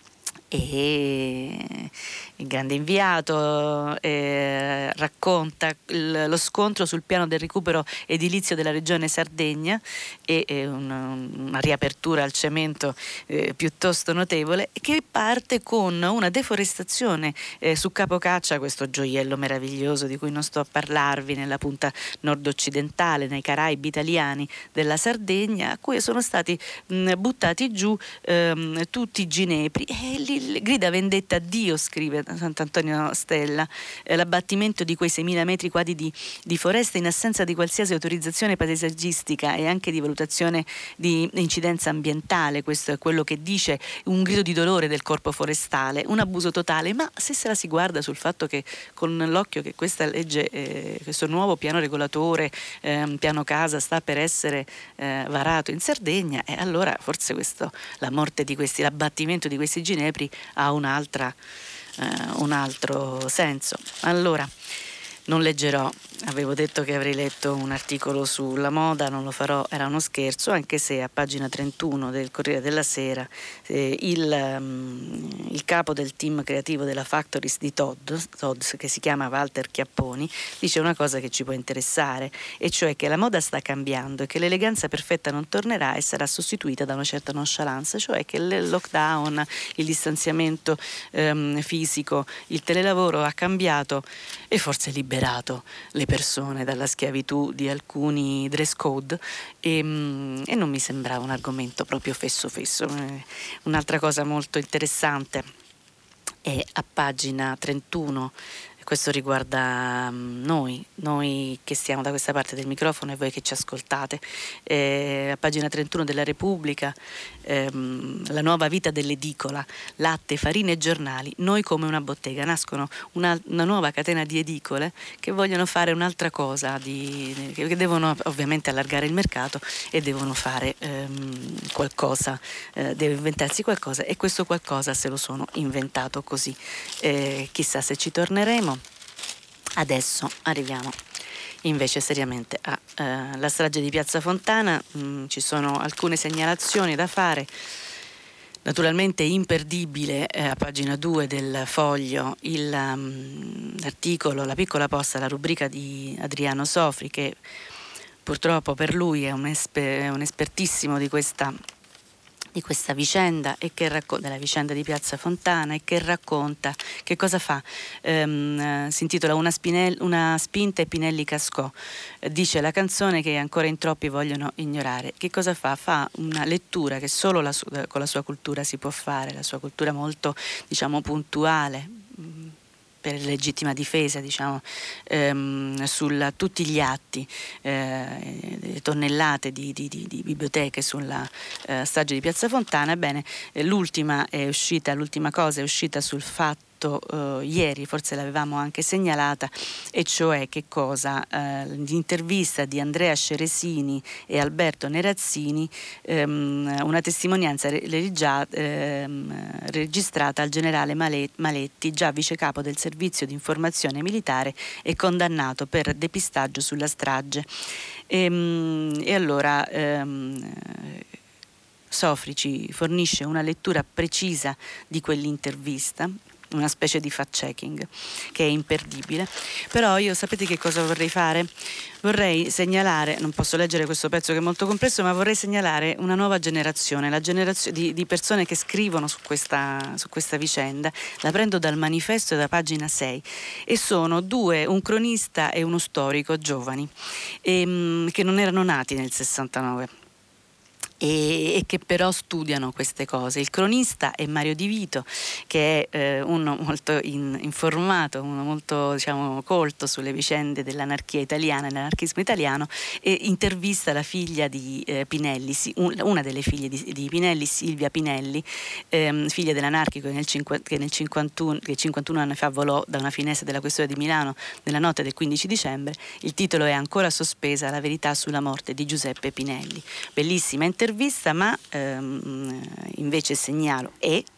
E il grande inviato racconta lo scontro sul piano del recupero edilizio della regione Sardegna e una riapertura al cemento piuttosto notevole, che parte con una deforestazione su Capocaccia, questo gioiello meraviglioso di cui non sto a parlarvi, nella punta nord-occidentale, nei Caraibi italiani della Sardegna, a cui sono stati buttati giù tutti i ginepri. E lì grida vendetta a Dio, scrive Sant'Antonio Stella, l'abbattimento di quei 6.000 metri quadri di foresta in assenza di qualsiasi autorizzazione paesaggistica e anche di valutazione di incidenza ambientale. Questo è quello che dice un grido di dolore del corpo forestale, un abuso totale. Ma se la si guarda sul fatto che con l'occhio che questa legge, questo nuovo piano regolatore, piano casa, sta per essere varato in Sardegna, allora forse la morte di l'abbattimento di questi ginepri ha un altro senso. Allora, non leggerò, avevo detto che avrei letto un articolo sulla moda, non lo farò, era uno scherzo, anche se a pagina 31 del Corriere della Sera il capo del team creativo della Factories di Tod's, che si chiama Walter Chiapponi, dice una cosa che ci può interessare, e cioè che la moda sta cambiando e che l'eleganza perfetta non tornerà e sarà sostituita da una certa nonchalance, cioè che il lockdown, il distanziamento fisico, il telelavoro ha cambiato e forse liberato le persone dalla schiavitù di alcuni dress code e non mi sembrava un argomento proprio fesso. Un'altra cosa molto interessante è a pagina 31, Questo riguarda noi che stiamo da questa parte del microfono e voi che ci ascoltate. A pagina 31 della Repubblica, la nuova vita dell'edicola, latte, farine e giornali, noi come una bottega. Nascono una nuova catena di edicole che vogliono fare un'altra cosa, che devono ovviamente allargare il mercato e devono fare qualcosa, deve inventarsi qualcosa, e questo qualcosa se lo sono inventato così. Chissà se ci torneremo. Adesso arriviamo invece seriamente alla strage di Piazza Fontana. Ci sono alcune segnalazioni da fare. Naturalmente imperdibile a pagina 2 del Foglio l'articolo, la piccola posta, la rubrica di Adriano Sofri, che purtroppo per lui è un espertissimo di questa vicenda, e che racconta della vicenda di Piazza Fontana, e che racconta che cosa fa. Si intitola Una spinta e Pinelli cascò. Dice la canzone che ancora in troppi vogliono ignorare. Che cosa fa? Fa una lettura che solo con la sua cultura si può fare, la sua cultura molto, diciamo, puntuale, per legittima difesa, diciamo, su tutti gli atti, tonnellate di biblioteche sulla strage di Piazza Fontana. Ebbene, l'ultima cosa è uscita sul Fatto ieri, forse l'avevamo anche segnalata, e cioè che cosa? L'intervista di Andrea Ceresini e Alberto Nerazzini, una testimonianza registrata al generale Maletti, già vicecapo del servizio di informazione militare e condannato per depistaggio sulla strage. E allora Sofri ci fornisce una lettura precisa di quell'intervista, una specie di fact-checking che è imperdibile. Però io, sapete che cosa vorrei fare? Vorrei segnalare, non posso leggere questo pezzo che è molto complesso, ma vorrei segnalare una nuova generazione, la generazione di persone che scrivono su questa vicenda. La prendo dal Manifesto e da pagina 6, e sono un cronista e uno storico giovani, che non erano nati nel 69. E che però studiano queste cose. Il cronista è Mario Di Vito, che è uno molto informato, uno molto, diciamo, colto sulle vicende dell'anarchia italiana, dell'anarchismo italiano, e intervista la figlia di Pinelli, una delle figlie di Pinelli, Silvia Pinelli, figlia dell'anarchico che 51 anni fa volò da una finestra della questura di Milano nella notte del 15 dicembre. Il titolo è Ancora sospesa la verità sulla morte di Giuseppe Pinelli. Bellissima intervista, ma invece segnalo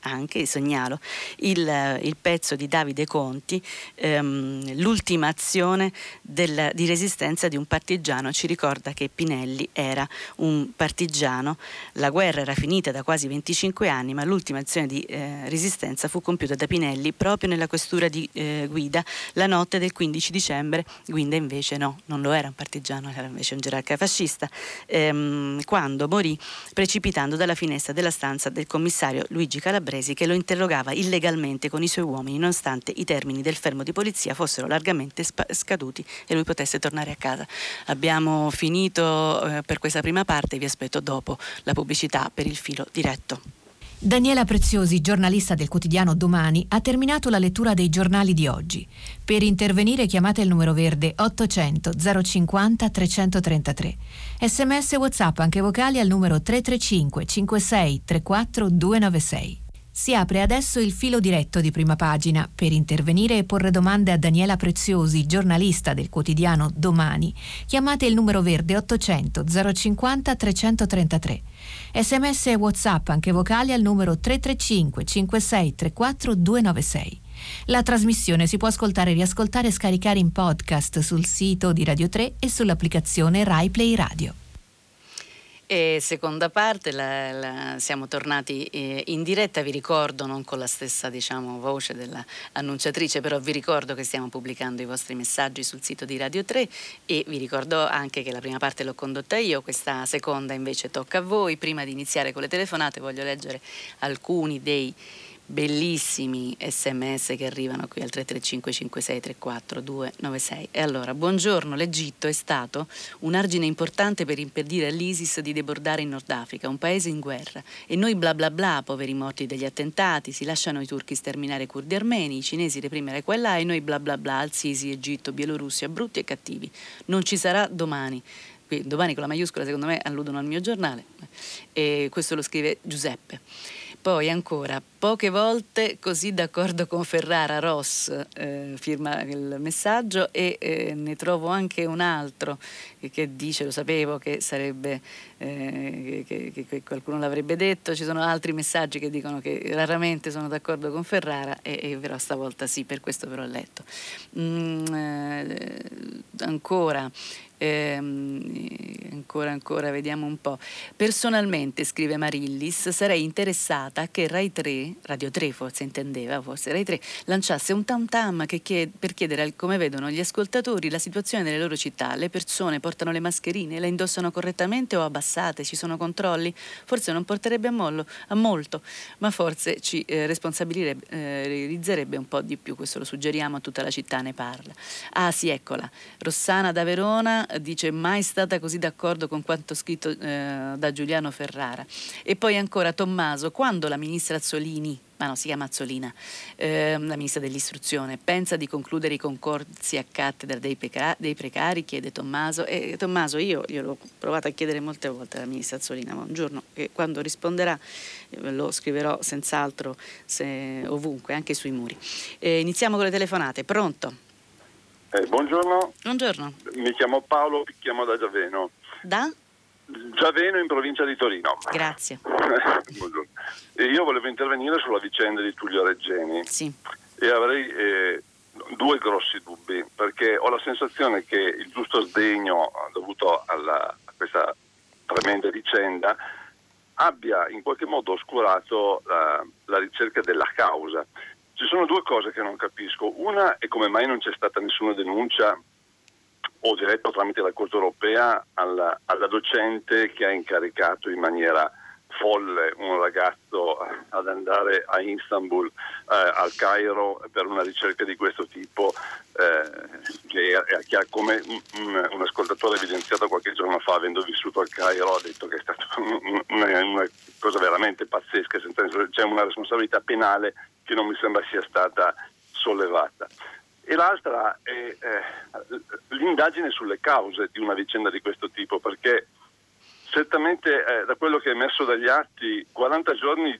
il pezzo di Davide Conti, l'ultima azione di resistenza di un partigiano. Ci ricorda che Pinelli era un partigiano, la guerra era finita da quasi 25 anni, ma l'ultima azione di resistenza fu compiuta da Pinelli proprio nella questura di Guida la notte del 15 dicembre. Guida invece non lo era un partigiano, era invece un gerarca fascista, quando morì precipitando dalla finestra della stanza del commissario Luigi Calabresi, che lo interrogava illegalmente con i suoi uomini, nonostante i termini del fermo di polizia fossero largamente scaduti e lui potesse tornare a casa. Abbiamo finito per questa prima parte, vi aspetto dopo la pubblicità per il filo diretto. Daniela Preziosi, giornalista del quotidiano Domani, ha terminato la lettura dei giornali di oggi. Per intervenire chiamate il numero verde 800 050 333. SMS e WhatsApp anche vocali al numero 335 56 34 296. Si apre adesso il filo diretto di Prima Pagina. Per intervenire e porre domande a Daniela Preziosi, giornalista del quotidiano Domani, chiamate il numero verde 800 050 333. SMS e WhatsApp anche vocali al numero 335 56 34 296. La trasmissione si può ascoltare, riascoltare e scaricare in podcast sul sito di Radio 3 e sull'applicazione Rai Play Radio. E seconda parte, siamo tornati in diretta. Vi ricordo, non con la stessa, diciamo, voce dell'annunciatrice, però vi ricordo che stiamo pubblicando i vostri messaggi sul sito di Radio 3, e vi ricordo anche che la prima parte l'ho condotta io, questa seconda invece tocca a voi. Prima di iniziare con le telefonate voglio leggere alcuni dei bellissimi sms che arrivano qui al 335 56 34 296. E allora, buongiorno, l'Egitto è stato un argine importante per impedire all'ISIS di debordare in Nord Africa, un paese in guerra, e noi bla bla bla, poveri morti degli attentati, si lasciano i turchi sterminare i curdi armeni, i cinesi reprimere qua e là, e noi bla bla bla, al-Sisi, Egitto, Bielorussia, brutti e cattivi. Non ci sarà domani. Qui, domani con la maiuscola secondo me alludono al mio giornale, e questo lo scrive Giuseppe. Poi ancora, poche volte così d'accordo con Ferrara, Ross firma il messaggio, e ne trovo anche un altro che dice, lo sapevo che sarebbe, che qualcuno l'avrebbe detto, ci sono altri messaggi che dicono che raramente sono d'accordo con Ferrara, e però stavolta sì, per questo però ho letto. Ancora, vediamo un po'. Personalmente, scrive Marillis, sarei interessata a che Rai 3, Radio 3 forse intendeva, forse Rai 3, lanciasse un tam tam per chiedere come vedono gli ascoltatori la situazione nelle loro città. Le persone portano le mascherine, le indossano correttamente o abbassate, ci sono controlli? Forse non porterebbe a molto, ma forse ci responsabilizzerebbe un po' di più. Questo lo suggeriamo a tutta la città, ne parla. Ah sì, eccola, Rossana da Verona dice mai stata così d'accordo con quanto scritto da Giuliano Ferrara. E poi ancora Tommaso, quando la ministra Azzolini, ma no, si chiama Azzolina, la ministra dell'istruzione, pensa di concludere i concorsi a cattedra dei precari, chiede Tommaso. E Tommaso, io l'ho provato a chiedere molte volte alla ministra Azzolina, ma un giorno che quando risponderà lo scriverò senz'altro ovunque, anche sui muri. Iniziamo con le telefonate. Pronto? Buongiorno. Buongiorno. Mi chiamo Paolo, chiamo da Giaveno. Da? Giaveno, in provincia di Torino. Grazie. Buongiorno. Io volevo intervenire sulla vicenda di Tullio Reggeni. Sì. E avrei due grossi dubbi, perché ho la sensazione che il giusto sdegno dovuto a questa tremenda vicenda abbia in qualche modo oscurato la ricerca della causa. Ci sono due cose che non capisco. Una è come mai non c'è stata nessuna denuncia o diretto tramite la Corte Europea alla docente che ha incaricato in maniera folle un ragazzo ad andare a Istanbul, al Cairo, per una ricerca di questo tipo, che ha, come un ascoltatore evidenziato qualche giorno fa, avendo vissuto al Cairo, ha detto che è stata una cosa veramente pazzesca, c'è una responsabilità penale che non mi sembra sia stata sollevata. E l'altra è l'indagine sulle cause di una vicenda di questo tipo, perché certamente da quello che è emerso dagli atti, 40 giorni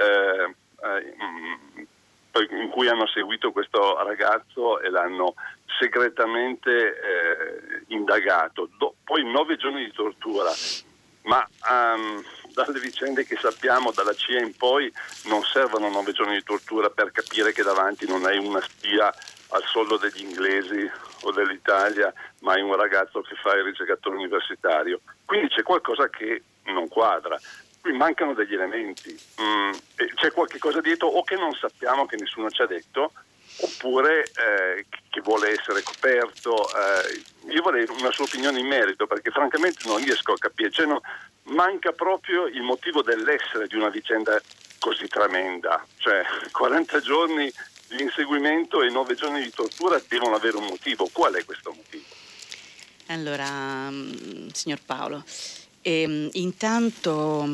in cui hanno seguito questo ragazzo e l'hanno segretamente indagato, poi 9 giorni di tortura, ma dalle vicende che sappiamo dalla CIA in poi non servono 9 giorni di tortura per capire che davanti non hai una spia al soldo degli inglesi o dell'Italia, ma hai un ragazzo che fa il ricercatore universitario. Quindi c'è qualcosa che non quadra. Qui mancano degli elementi, c'è qualche cosa dietro o che non sappiamo, che nessuno ci ha detto, oppure che vuole essere coperto. Io vorrei una sua opinione in merito, perché francamente non riesco a capire, manca proprio il motivo dell'essere di una vicenda così tremenda, cioè 40 giorni di inseguimento e 9 giorni di tortura devono avere un motivo. Qual è questo motivo? Allora, signor Paolo, intanto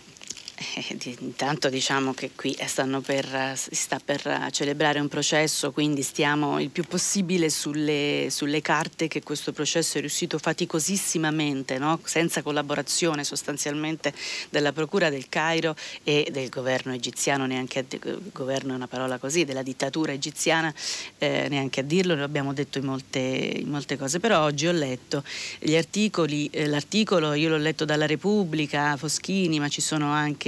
diciamo che qui si sta per celebrare un processo, quindi stiamo il più possibile sulle carte che questo processo è riuscito faticosissimamente, no? Senza collaborazione sostanzialmente della Procura del Cairo e del governo egiziano, neanche governo è una parola così, della dittatura egiziana, neanche a dirlo, lo abbiamo detto in molte cose. Però oggi ho letto gli articoli, l'articolo io l'ho letto dalla Repubblica, Foschini, ma ci sono anche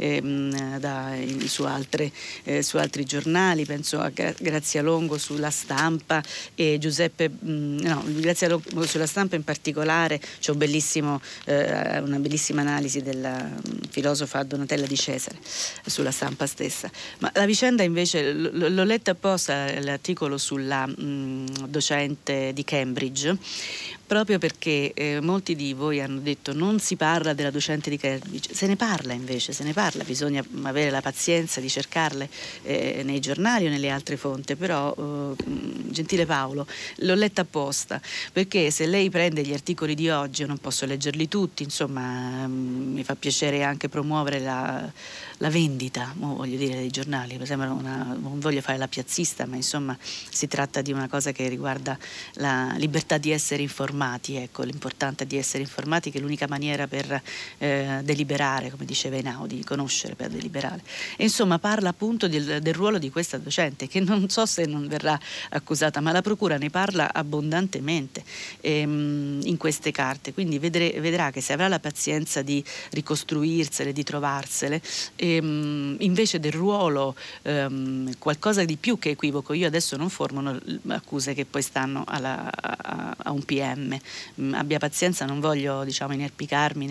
su altri giornali, penso a Grazia Longo sulla Stampa e Grazia Longo sulla Stampa in particolare. C'è una bellissima analisi della filosofa Donatella Di Cesare sulla Stampa stessa. Ma la vicenda invece l'ho letta apposta, l'articolo sulla docente di Cambridge, proprio perché molti di voi hanno detto non si parla della docente di Cambridge. Se ne parla invece, bisogna avere la pazienza di cercarle nei giornali o nelle altre fonti, però gentile Paolo, l'ho letta apposta, perché se lei prende gli articoli di oggi, io non posso leggerli tutti, insomma mi fa piacere anche promuovere la vendita, voglio dire, dei giornali. Mi sembra non voglio fare la piazzista, ma insomma si tratta di una cosa che riguarda la libertà di essere informati, ecco, l'importante di essere informati, che è l'unica maniera per deliberare, come diceva Einaudi, conoscere per deliberare. E insomma parla appunto del ruolo di questa docente, che non so se non verrà accusata, ma la procura ne parla abbondantemente in queste carte, quindi vedrà che se avrà la pazienza di ricostruirsele, di trovarsele, invece del ruolo qualcosa di più che equivoco. Io adesso non formulo accuse che poi stanno a un PM, abbia pazienza, non voglio inerpicarmi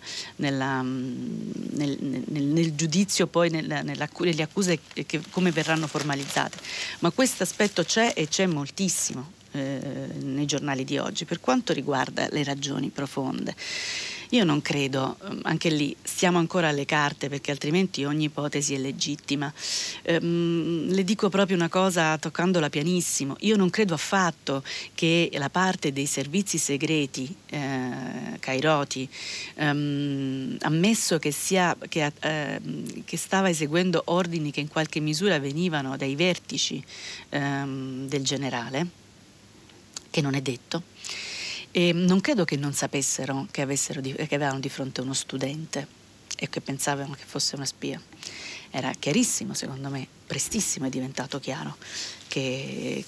nel giudizio, poi nelle accuse che come verranno formalizzate, ma questo aspetto c'è, e c'è moltissimo nei giornali di oggi. Per quanto riguarda le ragioni profonde, io non credo, anche lì stiamo ancora alle carte, perché altrimenti ogni ipotesi è legittima. Le dico proprio una cosa toccandola pianissimo: io non credo affatto che la parte dei servizi segreti cairoti, ammesso che stava eseguendo ordini che in qualche misura venivano dai vertici del generale, che non è detto, e non credo che non sapessero che avevano di fronte uno studente e che pensavano che fosse una spia. Era chiarissimo, secondo me, prestissimo è diventato chiaro che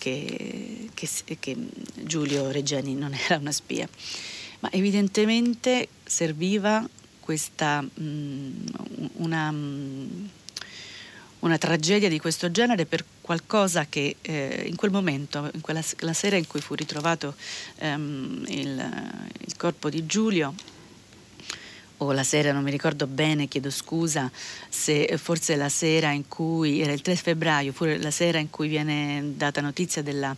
Giulio Regeni non era una spia, ma evidentemente serviva questa una tragedia di questo genere per qualcosa che in quel momento, la sera in cui fu ritrovato il corpo di Giulio, o la sera, non mi ricordo bene, chiedo scusa, se forse la sera in cui, era il 3 febbraio, fu la sera in cui viene data notizia della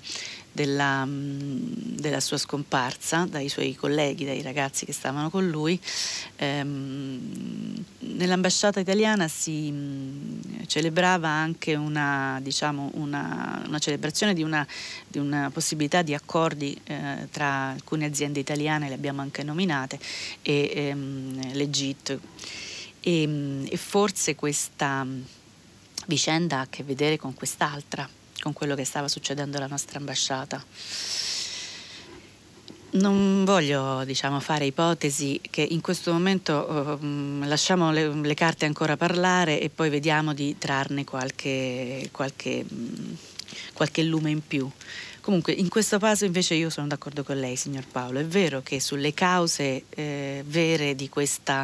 sua scomparsa dai suoi colleghi, dai ragazzi che stavano con lui. Nell'ambasciata italiana si celebrava anche una celebrazione di una possibilità di accordi tra alcune aziende italiane, le abbiamo anche nominate, e l'Egitto, e forse questa vicenda ha a che vedere con quest'altra, con quello che stava succedendo alla nostra ambasciata. Non voglio fare ipotesi, che in questo momento lasciamo le carte ancora parlare e poi vediamo di trarne qualche lume in più. Comunque in questo caso invece io sono d'accordo con lei, signor Paolo. È vero che sulle cause vere di questa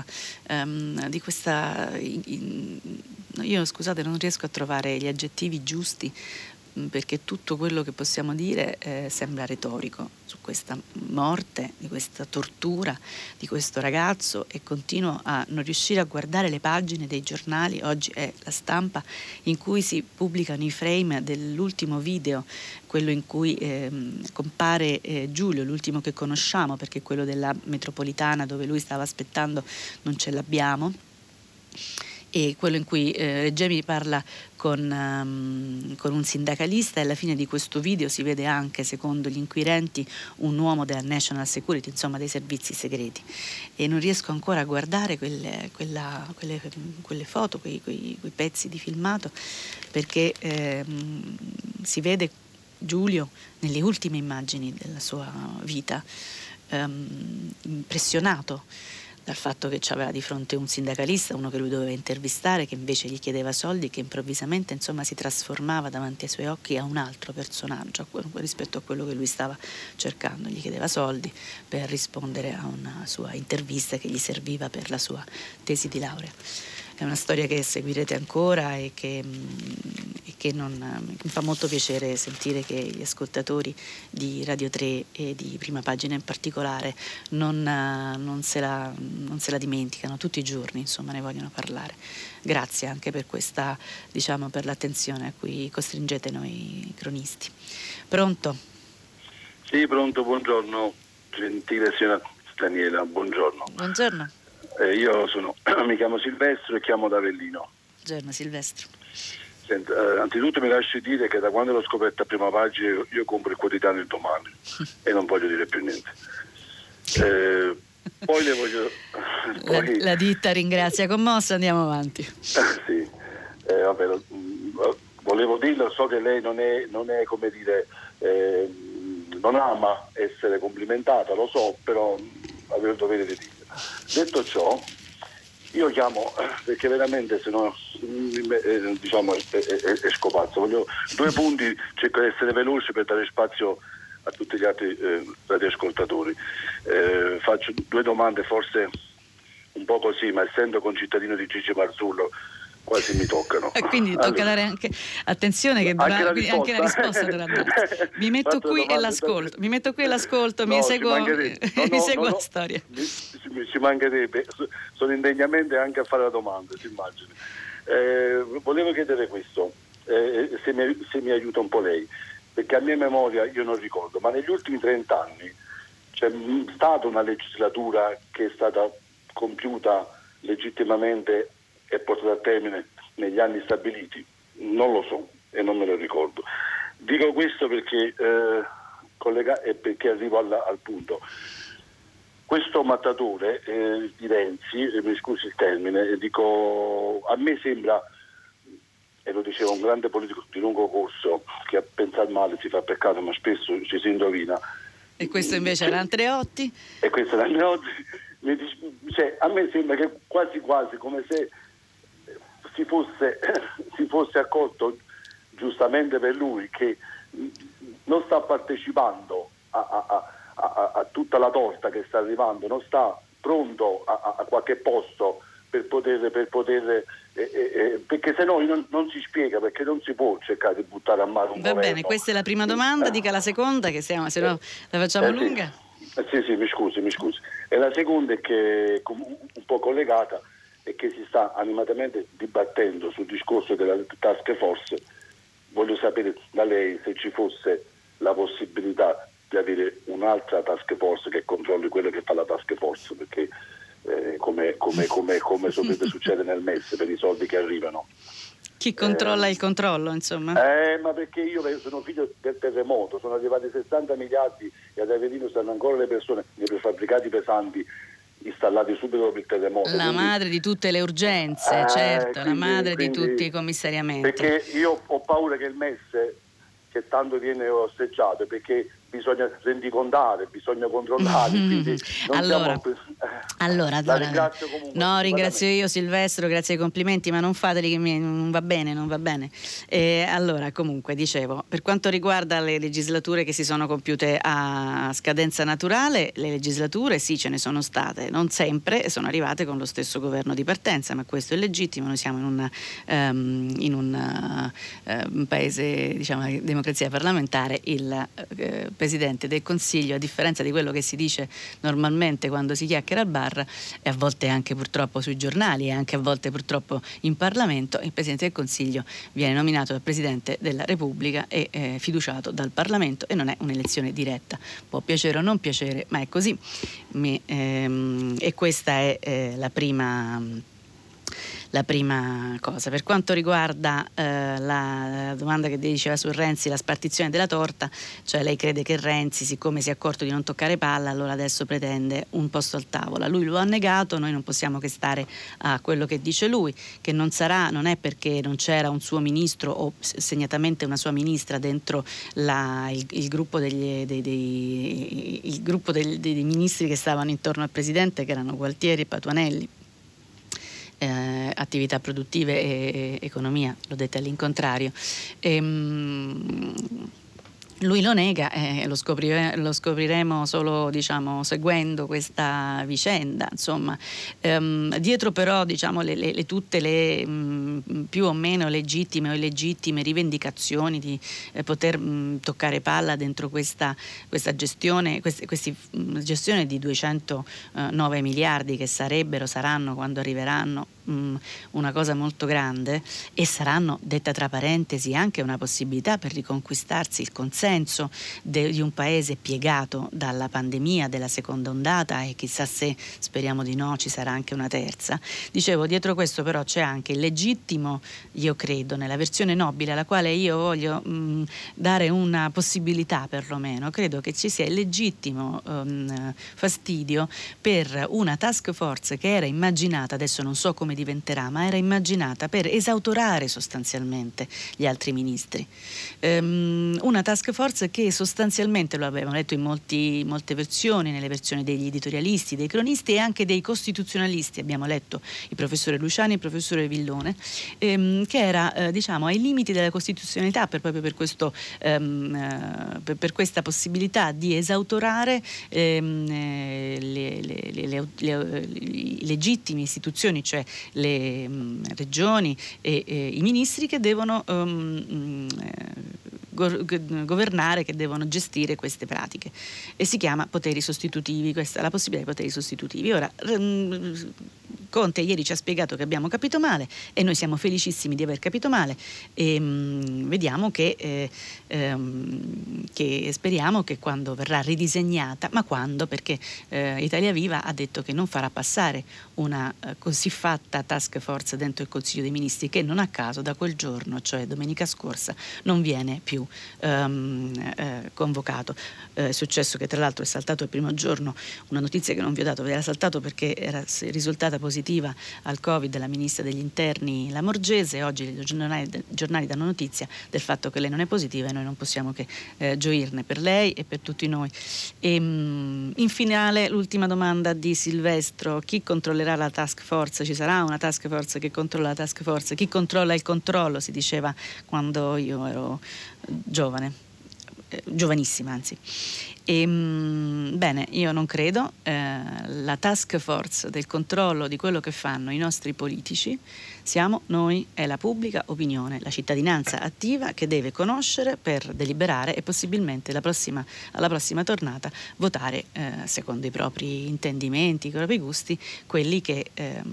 io, scusate, non riesco a trovare gli aggettivi giusti, perché tutto quello che possiamo dire sembra retorico su questa morte, di questa tortura di questo ragazzo, e continuo a non riuscire a guardare le pagine dei giornali. Oggi è La Stampa, in cui si pubblicano i frame dell'ultimo video, quello in cui compare Giulio, l'ultimo che conosciamo, perché quello della metropolitana dove lui stava aspettando non ce l'abbiamo, e quello in cui Regeni parla con un sindacalista, e alla fine di questo video si vede anche, secondo gli inquirenti, un uomo della National Security, insomma dei servizi segreti, e non riesco ancora a guardare quelle foto, quei pezzi di filmato, perché si vede Giulio nelle ultime immagini della sua vita impressionato dal fatto che aveva di fronte un sindacalista, uno che lui doveva intervistare, che invece gli chiedeva soldi, che improvvisamente si trasformava davanti ai suoi occhi a un altro personaggio rispetto a quello che lui stava cercando. Gli chiedeva soldi per rispondere a una sua intervista che gli serviva per la sua tesi di laurea. È una storia che seguirete ancora e che mi fa molto piacere sentire che gli ascoltatori di Radio 3 e di Prima Pagina in particolare non se la dimenticano, tutti i giorni ne vogliono parlare. Grazie anche per questa, per l'attenzione a cui costringete noi cronisti. Pronto? Sì, pronto, buongiorno. Gentile signora Daniela, buongiorno. Buongiorno. Io mi chiamo Silvestro e chiamo da Avellino. Buongiorno Silvestro. Senta, anzitutto mi lasci dire che da quando l'ho scoperta a prima pagina io compro il quotidiano Il Domani e non voglio dire più niente. Poi le voglio... La ditta ringrazia commossa, andiamo avanti. Sì, vabbè, volevo dirlo, so che lei non è come dire, non ama essere complimentata, lo so, però avevo il dovere di dirlo. Detto ciò, io chiamo perché veramente se no diciamo è scopazzo. Voglio 2 punti, cerco di essere veloce per dare spazio a tutti gli altri radioascoltatori. Faccio 2 domande forse un po' così, ma essendo concittadino di Gigi Marzullo quasi mi toccano. E quindi tocca dare anche attenzione che anche la risposta dovrà darsi. Mi metto qui e l'ascolto. Mi seguo la storia. Ci mancherebbe, sono indegnamente anche a fare la domanda, si immagini. Volevo chiedere questo, se mi aiuta un po' lei, perché a mia memoria io non ricordo, ma negli ultimi 30 anni c'è stata una legislatura che è stata compiuta legittimamente e portata a termine negli anni stabiliti? Non lo so e non me lo ricordo. Dico questo perché perché arrivo al punto. Questo mattatore di Renzi, mi scusi il termine, a me sembra, e lo diceva un grande politico di lungo corso, che a pensare male si fa peccato ma spesso ci si indovina. E questo invece era Andreotti? E questo era Andreotti. A me sembra che quasi come se si fosse accorto, giustamente per lui, che non sta partecipando a tutta la torta che sta arrivando, non sta pronto a qualche posto per poter perché se no non si spiega, perché non si può cercare di buttare a mare un Va governo. Bene, questa è la prima domanda, dica la seconda, che se no la facciamo lunga. Sì, mi scusi. E la seconda è che un po' collegata è che si sta animatamente dibattendo sul discorso della task force. Voglio sapere da lei se ci fosse la possibilità di avere un'altra task force che controlli quello che fa la task force, perché come dovrebbe succedere nel MES per i soldi che arrivano. Chi controlla il controllo, insomma? Ma perché io sono figlio del terremoto, sono arrivati 60 miliardi e ad Avellino stanno ancora le persone nei prefabbricati pesanti installati subito dopo il terremoto. Madre di tutte le urgenze, certo, la madre di tutti i commissariamenti. Perché io ho paura che il MES, che tanto viene osteggiato, perché bisogna rendicontare, bisogna controllare. Allora, la ringrazio comunque. No, ringrazio io Silvestro, grazie ai complimenti, ma non fateli che non va bene. Allora, comunque, dicevo, per quanto riguarda le legislature che si sono compiute a scadenza naturale, le legislature sì, ce ne sono state, non sempre sono arrivate con lo stesso governo di partenza, ma questo è legittimo, noi siamo in un paese, diciamo, di democrazia parlamentare. Il Presidente del Consiglio, a differenza di quello che si dice normalmente quando si chiacchiera al bar e a volte anche purtroppo sui giornali e anche a volte purtroppo in Parlamento, il Presidente del Consiglio viene nominato dal Presidente della Repubblica e fiduciato dal Parlamento, e non è un'elezione diretta. Può piacere o non piacere, ma è così. E questa è la prima cosa. Per quanto riguarda la domanda che diceva su Renzi, la spartizione della torta, cioè lei crede che Renzi, siccome si è accorto di non toccare palla, allora adesso pretende un posto al tavola. Lui lo ha negato, noi non possiamo che stare a quello che dice lui, che non è perché non c'era un suo ministro o segnatamente una sua ministra dentro il gruppo dei ministri che stavano intorno al Presidente, che erano Gualtieri e Patuanelli. Attività produttive e economia, lo dette all'incontrario. Lui lo nega, lo scopriremo solo, diciamo, seguendo questa vicenda. Insomma, dietro però, diciamo, tutte le più o meno legittime o illegittime rivendicazioni di poter toccare palla dentro questa gestione, gestione di 209 miliardi che saranno quando arriveranno, una cosa molto grande e saranno, detta tra parentesi, anche una possibilità per riconquistarsi il consenso di un paese piegato dalla pandemia della seconda ondata, e chissà se, speriamo di no, ci sarà anche una terza. Dicevo, dietro questo però c'è anche il legittimo, io credo, nella versione nobile alla quale io voglio dare una possibilità, perlomeno credo che ci sia il legittimo fastidio per una task force che era immaginata, adesso non so come diventerà, ma era immaginata per esautorare sostanzialmente gli altri ministri. Una task force che sostanzialmente, lo abbiamo letto in molte versioni, nelle versioni degli editorialisti, dei cronisti e anche dei costituzionalisti, abbiamo letto il professore Luciani e il professore Villone, che era diciamo ai limiti della costituzionalità proprio per questo per questa possibilità di esautorare le legittime istituzioni, cioè le regioni e i ministri che devono governare, che devono gestire queste pratiche, e si chiama poteri sostitutivi, questa è la possibilità di poteri sostitutivi. Ora Conte ieri ci ha spiegato che abbiamo capito male e noi siamo felicissimi di aver capito male, e vediamo che speriamo che quando verrà ridisegnata, ma quando, perché Italia Viva ha detto che non farà passare una così fatta task force dentro il Consiglio dei Ministri, che non a caso da quel giorno, cioè domenica scorsa, non viene più convocato. È successo che tra l'altro è saltato il primo giorno una notizia che non vi ho dato, era saltato perché era risultata positiva al Covid la ministra degli interni Lamorgese. Oggi i giornali danno notizia del fatto che lei non è positiva e noi non possiamo che gioirne per lei e per tutti noi. In finale l'ultima domanda di Silvestro: chi controllerà la task force? Ci sarà una task force che controlla la task force? Chi controlla il controllo, si diceva quando io ero giovanissima anzi. Bene, io non credo. La task force del controllo di quello che fanno i nostri politici siamo noi, è la pubblica opinione, la cittadinanza attiva, che deve conoscere per deliberare e possibilmente alla prossima tornata votare secondo i propri intendimenti, i propri gusti, quelli che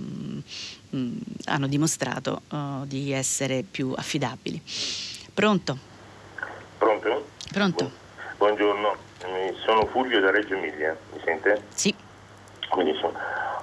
hanno dimostrato di essere più affidabili. Pronto? Pronto? Buongiorno, sono Fulvio da Reggio Emilia, mi sente? Sì. Benissimo.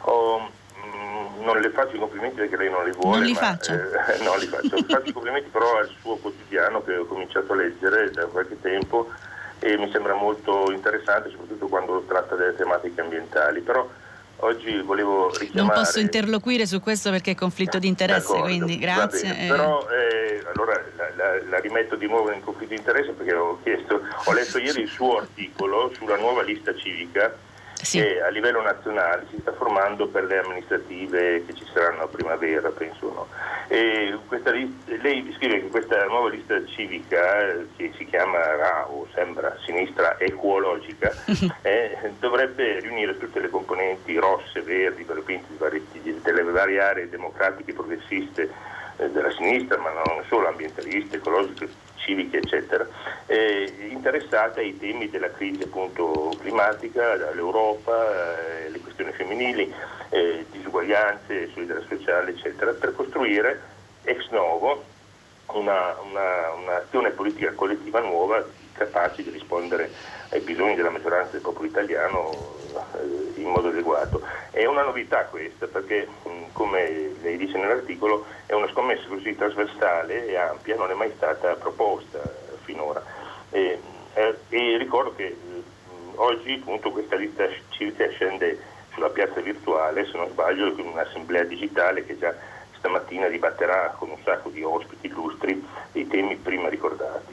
Non le faccio i complimenti perché lei non li vuole. Non li faccio? No, li faccio. Faccio i complimenti però al suo quotidiano, che ho cominciato a leggere da qualche tempo e mi sembra molto interessante, soprattutto quando tratta delle tematiche ambientali. Però oggi volevo richiamare... Non posso interloquire su questo perché è conflitto di interesse, d'accordo, quindi grazie. Però allora la rimetto di nuovo in conflitto di interesse perché ho letto ieri il suo articolo sulla nuova lista civica. Sì. Che a livello nazionale si sta formando per le amministrative che ci saranno a primavera, penso, no? E lei scrive che questa nuova lista civica, che si chiamerà, o sembra, sinistra ecologica, dovrebbe riunire tutte le componenti rosse, verdi, variopinte delle varie aree democratiche progressiste della sinistra, ma non solo, ambientaliste, ecologiche, civiche, eccetera, interessate ai temi della crisi appunto climatica, l'Europa, le questioni femminili, disuguaglianze, solidarietà sociale, eccetera, per costruire ex novo un'azione politica collettiva nuova, capace di rispondere ai bisogni della maggioranza del popolo italiano in modo adeguato. È una novità questa perché, come lei dice nell'articolo, è una scommessa così trasversale e ampia, non è mai stata proposta finora. E ricordo che oggi appunto questa lista civica scende sulla piazza virtuale, se non sbaglio, con un'assemblea digitale che già stamattina dibatterà con un sacco di ospiti illustri dei temi prima ricordati.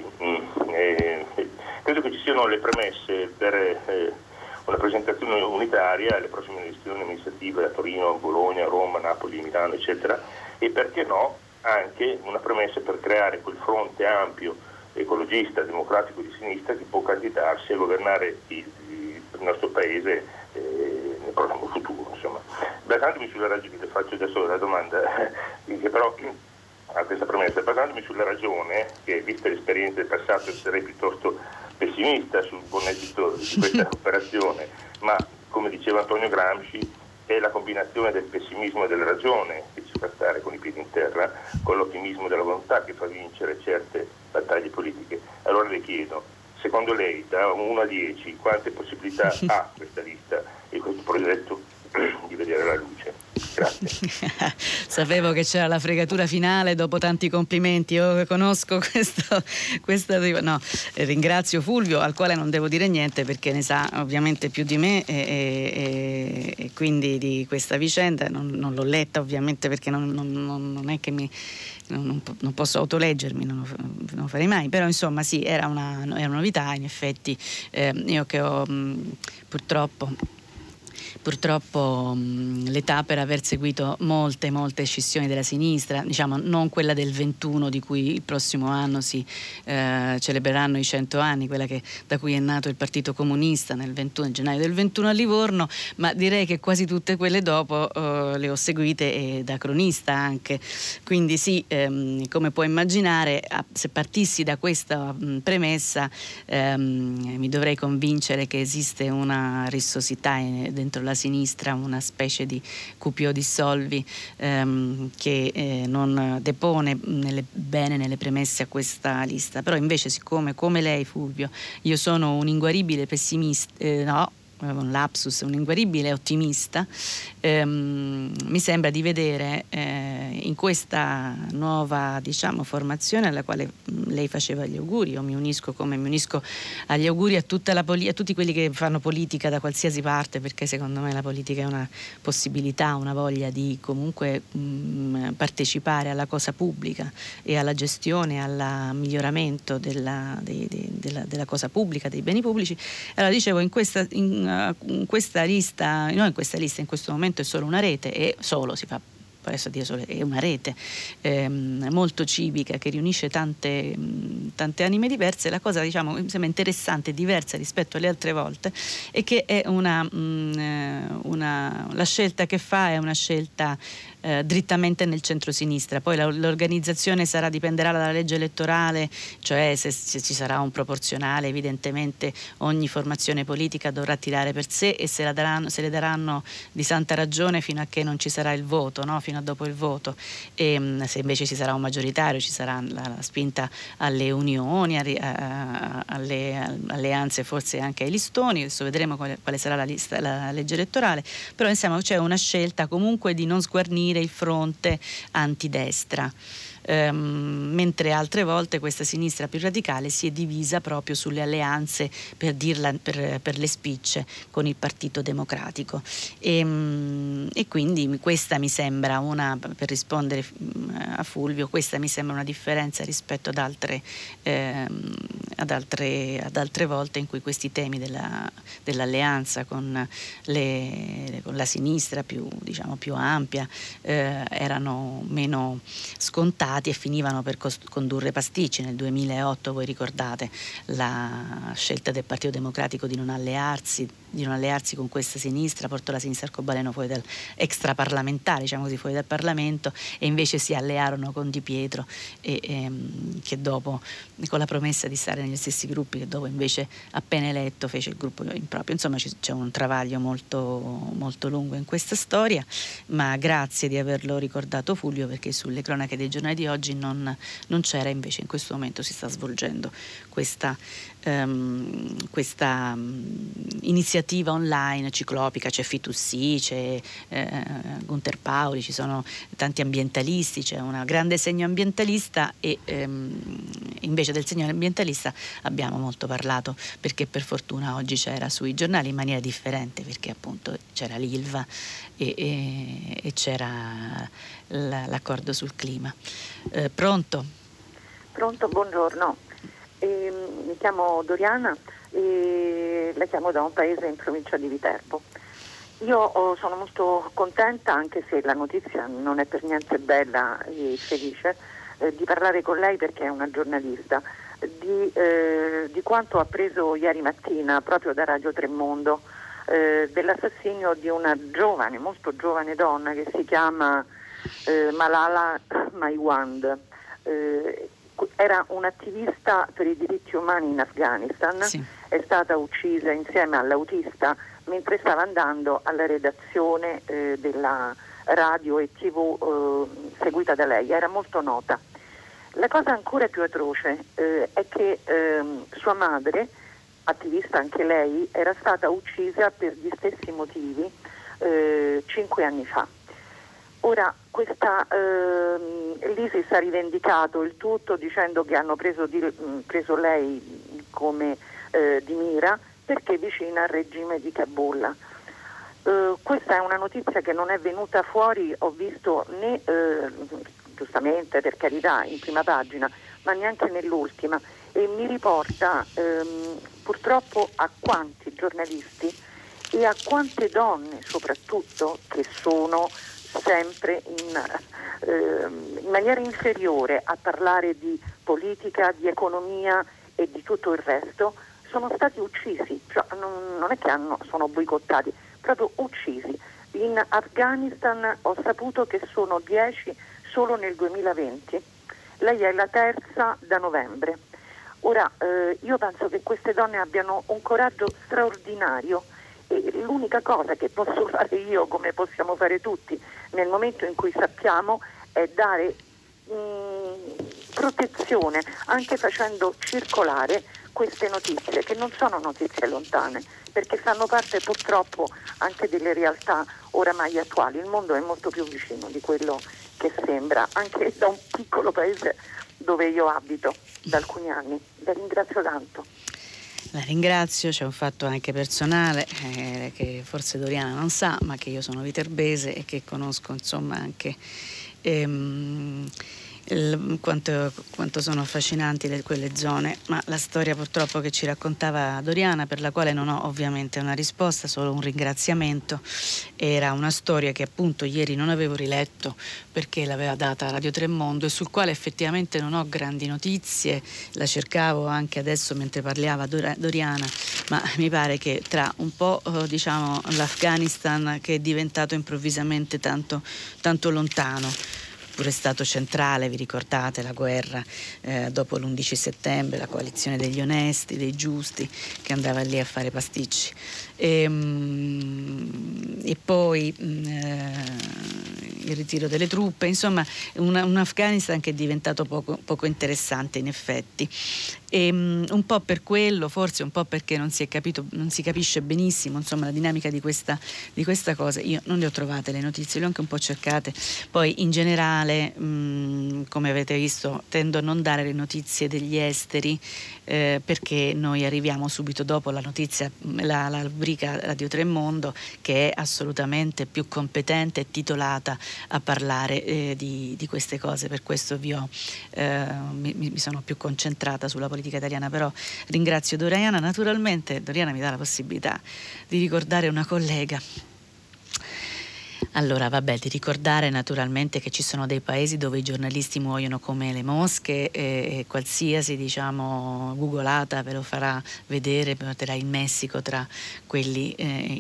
Credo che ci siano le premesse per una presentazione unitaria alle prossime elezioni amministrative a Torino, Bologna, Roma, Napoli, Milano, eccetera, e perché no anche una premessa per creare quel fronte ampio, ecologista, democratico di sinistra che può candidarsi a governare il nostro paese nel prossimo futuro. Insomma, basandomi sulla ragione, le faccio adesso la domanda, che però a questa premessa, basandomi sulla ragione che, vista l'esperienza del passato, sarei piuttosto pessimista sul buon esito di questa operazione, ma come diceva Antonio Gramsci è la combinazione del pessimismo e della ragione che ci stare con i piedi in terra, con l'ottimismo della volontà che fa vincere certe battaglie politiche. Allora le chiedo, secondo lei, da 1 a 10, quante possibilità ha questa lista e questo progetto di vedere la luce? Grazie. Sapevo che c'era la fregatura finale dopo tanti complimenti. Io conosco questa no, ringrazio Fulvio, al quale non devo dire niente perché ne sa ovviamente più di me e quindi di questa vicenda non l'ho letta ovviamente perché non è che non posso autoleggermi, non lo farei mai, però insomma sì, era una novità in effetti. Io che ho purtroppo l'età per aver seguito molte scissioni della sinistra, diciamo non quella del 21 di cui il prossimo anno si celebreranno i 100 anni, quella da cui è nato il Partito Comunista nel gennaio del 21 a Livorno, ma direi che quasi tutte quelle dopo le ho seguite e da cronista anche, quindi sì, come puoi immaginare, se partissi da questa premessa mi dovrei convincere che esiste una rissosità dentro la sinistra, una specie di cupio dissolvi che non depone bene nelle premesse a questa lista. Però invece, siccome come lei Fulvio io sono un inguaribile pessimista, un lapsus, un inguaribile ottimista, mi sembra di vedere in questa nuova formazione alla quale lei faceva gli auguri. Io mi unisco agli auguri a tutti quelli che fanno politica da qualsiasi parte, perché secondo me la politica è una possibilità, una voglia di comunque partecipare alla cosa pubblica e alla gestione, al miglioramento della cosa pubblica, dei beni pubblici. Allora dicevo, in questa lista, in questo momento è solo una rete, e solo si fa, adesso dire solo, è una rete molto civica che riunisce tante anime diverse. La cosa mi sembra interessante e diversa rispetto alle altre volte è che è la scelta che fa è una scelta drittamente nel centro-sinistra. Poi l'organizzazione dipenderà dalla legge elettorale, cioè se ci sarà un proporzionale, evidentemente ogni formazione politica dovrà tirare per sé e se le daranno di santa ragione fino a che non ci sarà il voto, no? Fino a dopo il voto. E se invece ci sarà un maggioritario, ci sarà la spinta alle unioni, alle alleanze, forse anche ai listoni. Adesso vedremo quale sarà la legge elettorale, però insomma c'è una scelta comunque di non sguarnire il fronte antidestra. Mentre altre volte questa sinistra più radicale si è divisa proprio sulle alleanze, per le spicce, con il Partito Democratico e quindi questa mi sembra per rispondere a Fulvio, questa mi sembra una differenza rispetto ad altre volte in cui questi temi dell'alleanza con la sinistra più ampia erano meno scontati e finivano per condurre pasticci. Nel 2008 voi ricordate la scelta del Partito Democratico di non allearsi con questa sinistra, portò la sinistra arcobaleno fuori dal extraparlamentare, fuori dal Parlamento, e invece si allearono con Di Pietro che dopo, con la promessa di stare negli stessi gruppi, che dopo invece appena eletto fece il gruppo improprio. Insomma c'è un travaglio molto, molto lungo in questa storia, ma grazie di averlo ricordato Fulvio, perché sulle cronache dei giornali di oggi non c'era. Invece in questo momento si sta svolgendo questa iniziativa online ciclopica. C'è Fitoussi, c'è Gunther Pauli, ci sono tanti ambientalisti, c'è un grande segno ambientalista e invece del segno ambientalista abbiamo molto parlato, perché per fortuna oggi c'era sui giornali in maniera differente, perché appunto c'era l'Ilva e c'era l'accordo sul clima. Pronto? Pronto, buongiorno. Mi chiamo Doriana e la chiamo da un paese in provincia di Viterbo. Io sono molto contenta, anche se la notizia non è per niente bella e felice, di parlare con lei, perché è una giornalista, di quanto ho appreso ieri mattina proprio da Radio Tremondo, dell'assassinio di una giovane, molto giovane donna che si chiama Malala Maiwand. Era un'attivista per i diritti umani in Afghanistan, sì. È stata uccisa insieme all'autista mentre stava andando alla redazione della radio e TV seguita da lei, era molto nota. La cosa ancora più atroce è che sua madre, attivista anche lei, era stata uccisa per gli stessi motivi 5 anni fa. Ora l'ISIS ha rivendicato il tutto dicendo che hanno preso lei come di mira perché vicina al regime di Kabul. Questa è una notizia che non è venuta fuori, ho visto né giustamente, per carità, in prima pagina, ma neanche nell'ultima, e mi riporta purtroppo a quanti giornalisti e a quante donne soprattutto, che sono sempre in maniera inferiore a parlare di politica, di economia e di tutto il resto, sono stati uccisi, cioè, non è che sono boicottati, proprio uccisi. In Afghanistan ho saputo che sono 10 solo nel 2020, lei è la terza da novembre. Ora io penso che queste donne abbiano un coraggio straordinario e l'unica cosa che posso fare io, come possiamo fare tutti, nel momento in cui sappiamo, è dare protezione, anche facendo circolare queste notizie, che non sono notizie lontane, perché fanno parte purtroppo anche delle realtà oramai attuali. Il mondo è molto più vicino di quello che sembra, anche da un piccolo paese dove io abito da alcuni anni. La ringrazio tanto. La ringrazio, c'è un fatto anche personale che forse Doriana non sa, ma che io sono viterbese e che conosco insomma anche quanto sono affascinanti quelle zone, ma la storia purtroppo che ci raccontava Doriana, per la quale non ho ovviamente una risposta, solo un ringraziamento, era una storia che appunto ieri non avevo riletto perché l'aveva data Radio Tremondo e sul quale effettivamente non ho grandi notizie. La cercavo anche adesso mentre parlava Doriana, ma mi pare che tra un po' diciamo l'Afghanistan, che è diventato improvvisamente tanto lontano, pure stato centrale, vi ricordate la guerra dopo l'11 settembre, la coalizione degli onesti, dei giusti, che andava lì a fare pasticci, e poi il ritiro delle truppe, insomma un Afghanistan che è diventato poco interessante in effetti, e un po' per quello, forse un po' perché non si capisce benissimo insomma la dinamica di questa cosa. Io non le ho trovate le notizie, le ho anche un po' cercate. Poi in generale, come avete visto, tendo a non dare le notizie degli esteri perché noi arriviamo subito dopo la notizia, la rubrica Radio Tremondo, che è assolutamente più competente e titolata a parlare di queste cose. Per questo mi sono più concentrata sulla politica italiana, però ringrazio Doriana. Naturalmente Doriana mi dà la possibilità di ricordare una collega. Allora, vabbè, di ricordare naturalmente che ci sono dei paesi dove i giornalisti muoiono come le mosche, e qualsiasi, diciamo, googolata ve lo farà vedere, metterà il Messico tra quelli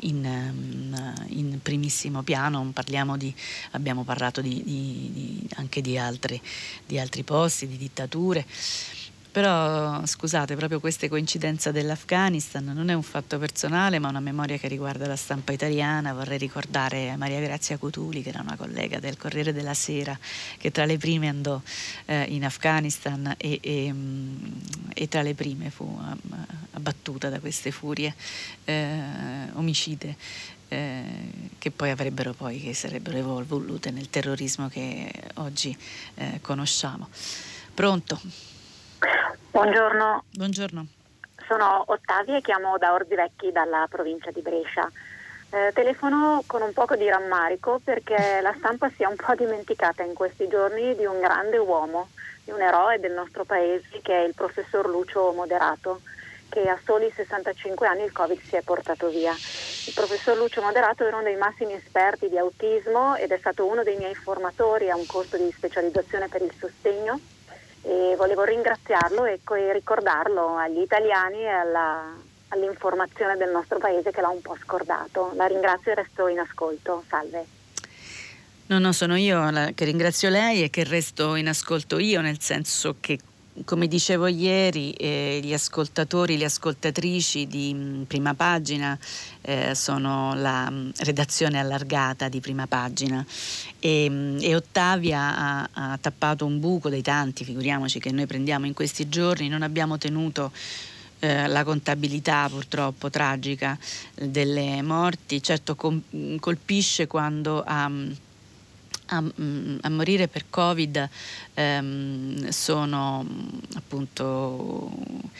in primissimo piano. Abbiamo parlato anche di altri posti, di dittature. Però scusate, proprio queste coincidenze dell'Afghanistan non è un fatto personale, ma una memoria che riguarda la stampa italiana. Vorrei ricordare Maria Grazia Cutuli, che era una collega del Corriere della Sera, che tra le prime andò in Afghanistan e tra le prime fu abbattuta da queste furie omicide che poi che sarebbero evolute nel terrorismo che oggi conosciamo. Pronto? Buongiorno. Buongiorno. Sono Ottavia e chiamo da Orzivecchi, dalla provincia di Brescia. Telefono con un poco di rammarico perché la stampa si è un po' dimenticata in questi giorni di un grande uomo, di un eroe del nostro paese, che è il professor Lucio Moderato, che a soli 65 anni il Covid si è portato via. Il professor Lucio Moderato era uno dei massimi esperti di autismo ed è stato uno dei miei formatori a un corso di specializzazione per il sostegno, e volevo ringraziarlo e ricordarlo agli italiani e all'informazione del nostro paese, che l'ha un po' scordato. La ringrazio e resto in ascolto. Salve. No, sono io che ringrazio lei e che resto in ascolto io, nel senso che come dicevo ieri, gli ascoltatori, le ascoltatrici di Prima Pagina sono la redazione allargata di Prima Pagina e Ottavia ha tappato un buco dei tanti, figuriamoci, che noi prendiamo in questi giorni. Non abbiamo tenuto la contabilità purtroppo tragica delle morti. Certo colpisce quando a morire per Covid sono appunto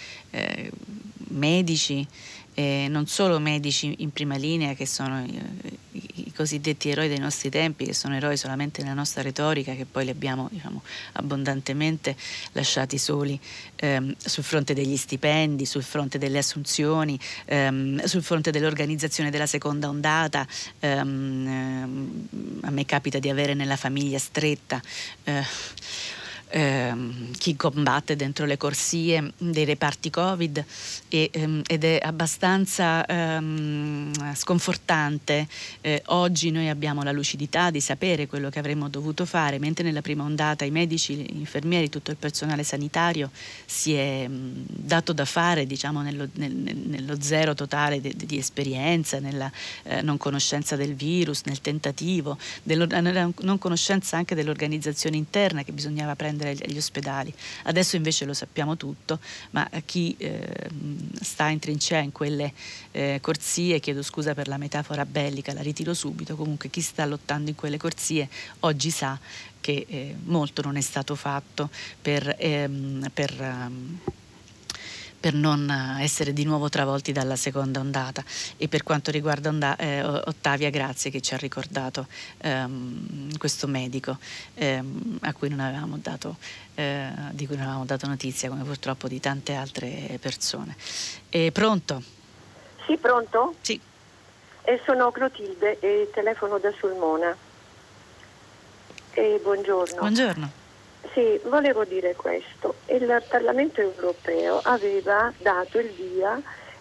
medici, non solo medici in prima linea, che sono i cosiddetti eroi dei nostri tempi, che sono eroi solamente nella nostra retorica, che poi li abbiamo, diciamo, abbondantemente lasciati soli sul fronte degli stipendi, sul fronte delle assunzioni, sul fronte dell'organizzazione della seconda ondata. A me capita di avere nella famiglia stretta chi combatte dentro le corsie dei reparti Covid ed è abbastanza sconfortante. Oggi noi abbiamo la lucidità di sapere quello che avremmo dovuto fare, mentre nella prima ondata i medici, gli infermieri, tutto il personale sanitario si è dato da fare, diciamo, nello zero totale di esperienza, nella non conoscenza del virus, nel tentativo, nella non conoscenza anche dell'organizzazione interna che bisognava prendere agli ospedali. Adesso invece lo sappiamo tutto, ma chi sta in trincea in quelle corsie, chiedo scusa per la metafora bellica, la ritiro subito, comunque chi sta lottando in quelle corsie oggi sa che molto non è stato fatto per non essere di nuovo travolti dalla seconda ondata. E per quanto riguarda Ottavia, grazie che ci ha ricordato questo medico a cui non avevamo dato, di cui non avevamo dato notizia, come purtroppo di tante altre persone. Pronto? Sì, pronto? Sì. Sono Clotilde e telefono da Sulmona. Buongiorno. Buongiorno. Sì, volevo dire questo. Il Parlamento europeo aveva dato il via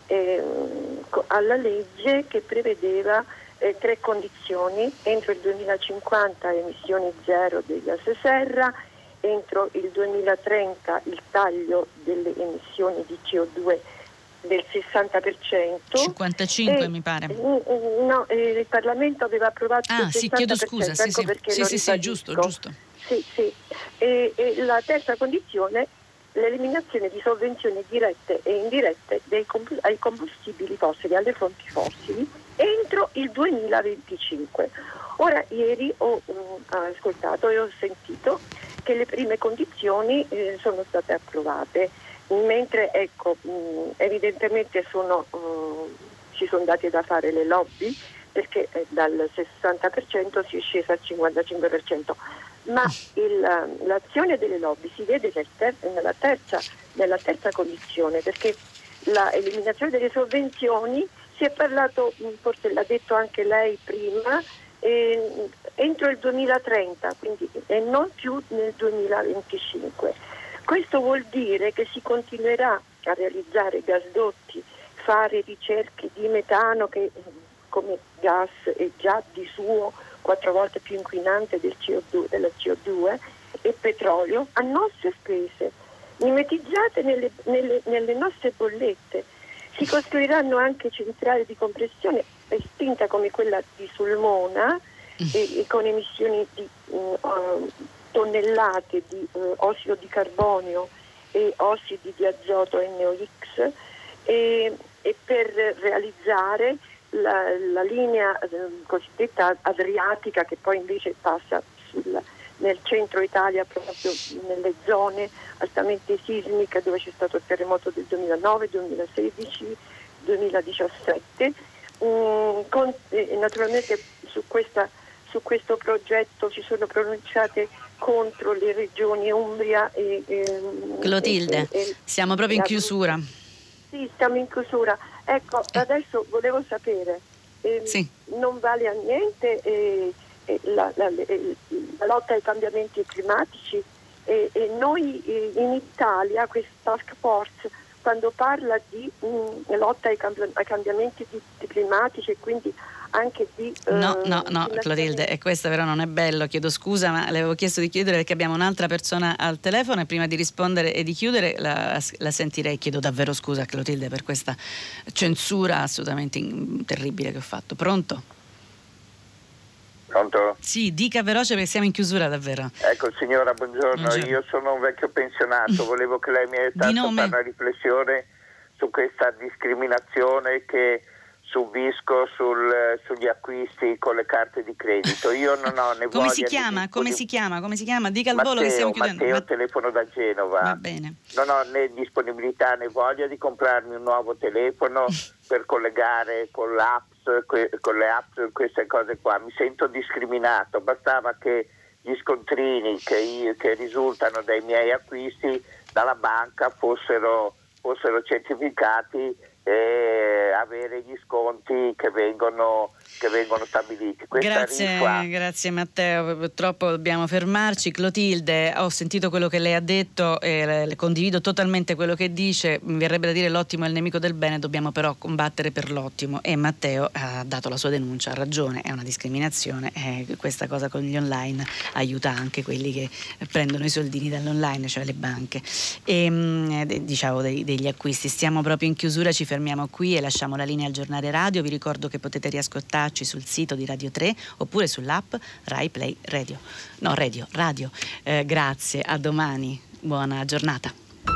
alla legge che prevedeva 3 condizioni: entro il 2050 emissioni zero dei gas serra, entro il 2030 il taglio delle emissioni di CO2 del 60%. 55 mi pare. No, il Parlamento aveva approvato il 60%. Sì, chiedo scusa. Sì, giusto. Sì. E la terza condizione, l'eliminazione di sovvenzioni dirette e indirette ai combustibili fossili, alle fonti fossili, entro il 2025. Ora, ieri ho ascoltato e ho sentito che le prime condizioni sono state approvate, mentre evidentemente ci sono dati da fare le lobby, perché dal 60% si è scesa al 55%. Ma l'azione delle lobby si vede nella terza condizione, perché l'eliminazione delle sovvenzioni, si è parlato, forse l'ha detto anche lei prima, entro il 2030, quindi, e non più nel 2025. Questo vuol dire che si continuerà a realizzare gasdotti, fare ricerche di metano, che come gas è già di suo 4 volte più inquinante della CO2, e petrolio a nostre spese, mimetizzate nelle nostre bollette. Si costruiranno anche centrali di compressione estinta come quella di Sulmona, e con emissioni di tonnellate di ossido di carbonio e ossidi di azoto NOx, e per realizzare la linea cosiddetta adriatica, che poi invece passa nel centro Italia, proprio nelle zone altamente sismiche dove c'è stato il terremoto del 2009, 2016, 2017. Naturalmente su questo progetto si sono pronunciate contro le regioni Umbria e Clotilde, siamo proprio in chiusura. Sì, siamo in chiusura. Ecco, adesso volevo sapere, sì. Non vale a niente la lotta ai cambiamenti climatici, e noi in Italia questa task force quando parla di lotta ai cambiamenti climatici e quindi anche di... No, Clotilde, e questo però non è bello, chiedo scusa, ma le avevo chiesto di chiudere perché abbiamo un'altra persona al telefono e prima di rispondere e di chiudere la sentirei. Chiedo davvero scusa a Clotilde per questa censura assolutamente terribile che ho fatto. Pronto? Pronto? Sì, dica veloce perché siamo in chiusura davvero. Ecco signora, buongiorno. Io sono un vecchio pensionato, volevo che lei mi aiutasse a fare una riflessione su questa discriminazione che subisco sugli acquisti con le carte di credito. Io non ho ne Come si chiama? Come si chiama? Dica al volo che stiamo chiudendo. Matteo, telefono da Genova. Va bene. Non ho né disponibilità né voglia di comprarmi un nuovo telefono per collegare con le app, queste cose qua. Mi sento discriminato. Bastava che gli scontrini che risultano dai miei acquisti dalla banca fossero certificati e avere gli sconti che vengono stabiliti. Grazie Matteo, purtroppo dobbiamo fermarci. Clotilde, ho sentito quello che lei ha detto e le condivido totalmente quello che dice. Mi verrebbe da dire l'ottimo è il nemico del bene, dobbiamo però combattere per l'ottimo, e Matteo ha dato la sua denuncia, ha ragione, è una discriminazione, questa cosa con gli online aiuta anche quelli che prendono i soldini dall'online, cioè le banche, e diciamo degli acquisti. Stiamo proprio in chiusura, ci fermiamo qui e lasciamo la linea al giornale radio. Vi ricordo che potete riascoltarci sul sito di Radio 3 oppure sull'app Rai Play Radio. Grazie, a domani, buona giornata.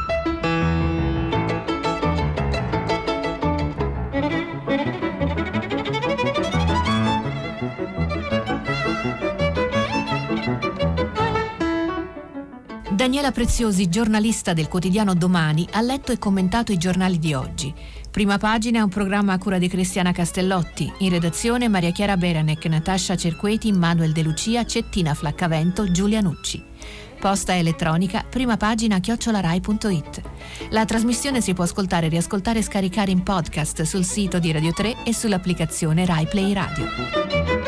Daniela Preziosi, giornalista del quotidiano Domani, ha letto e commentato i giornali di oggi. Prima pagina è un programma a cura di Cristiana Castellotti. In redazione Maria Chiara Beranec, Natascia Cerqueti, Manuel De Lucia, Cettina Flaccavento, Giulia Nucci. Posta elettronica primapagina@rai.it. La trasmissione si può ascoltare, riascoltare e scaricare in podcast sul sito di Radio 3 e sull'applicazione Rai Play Radio.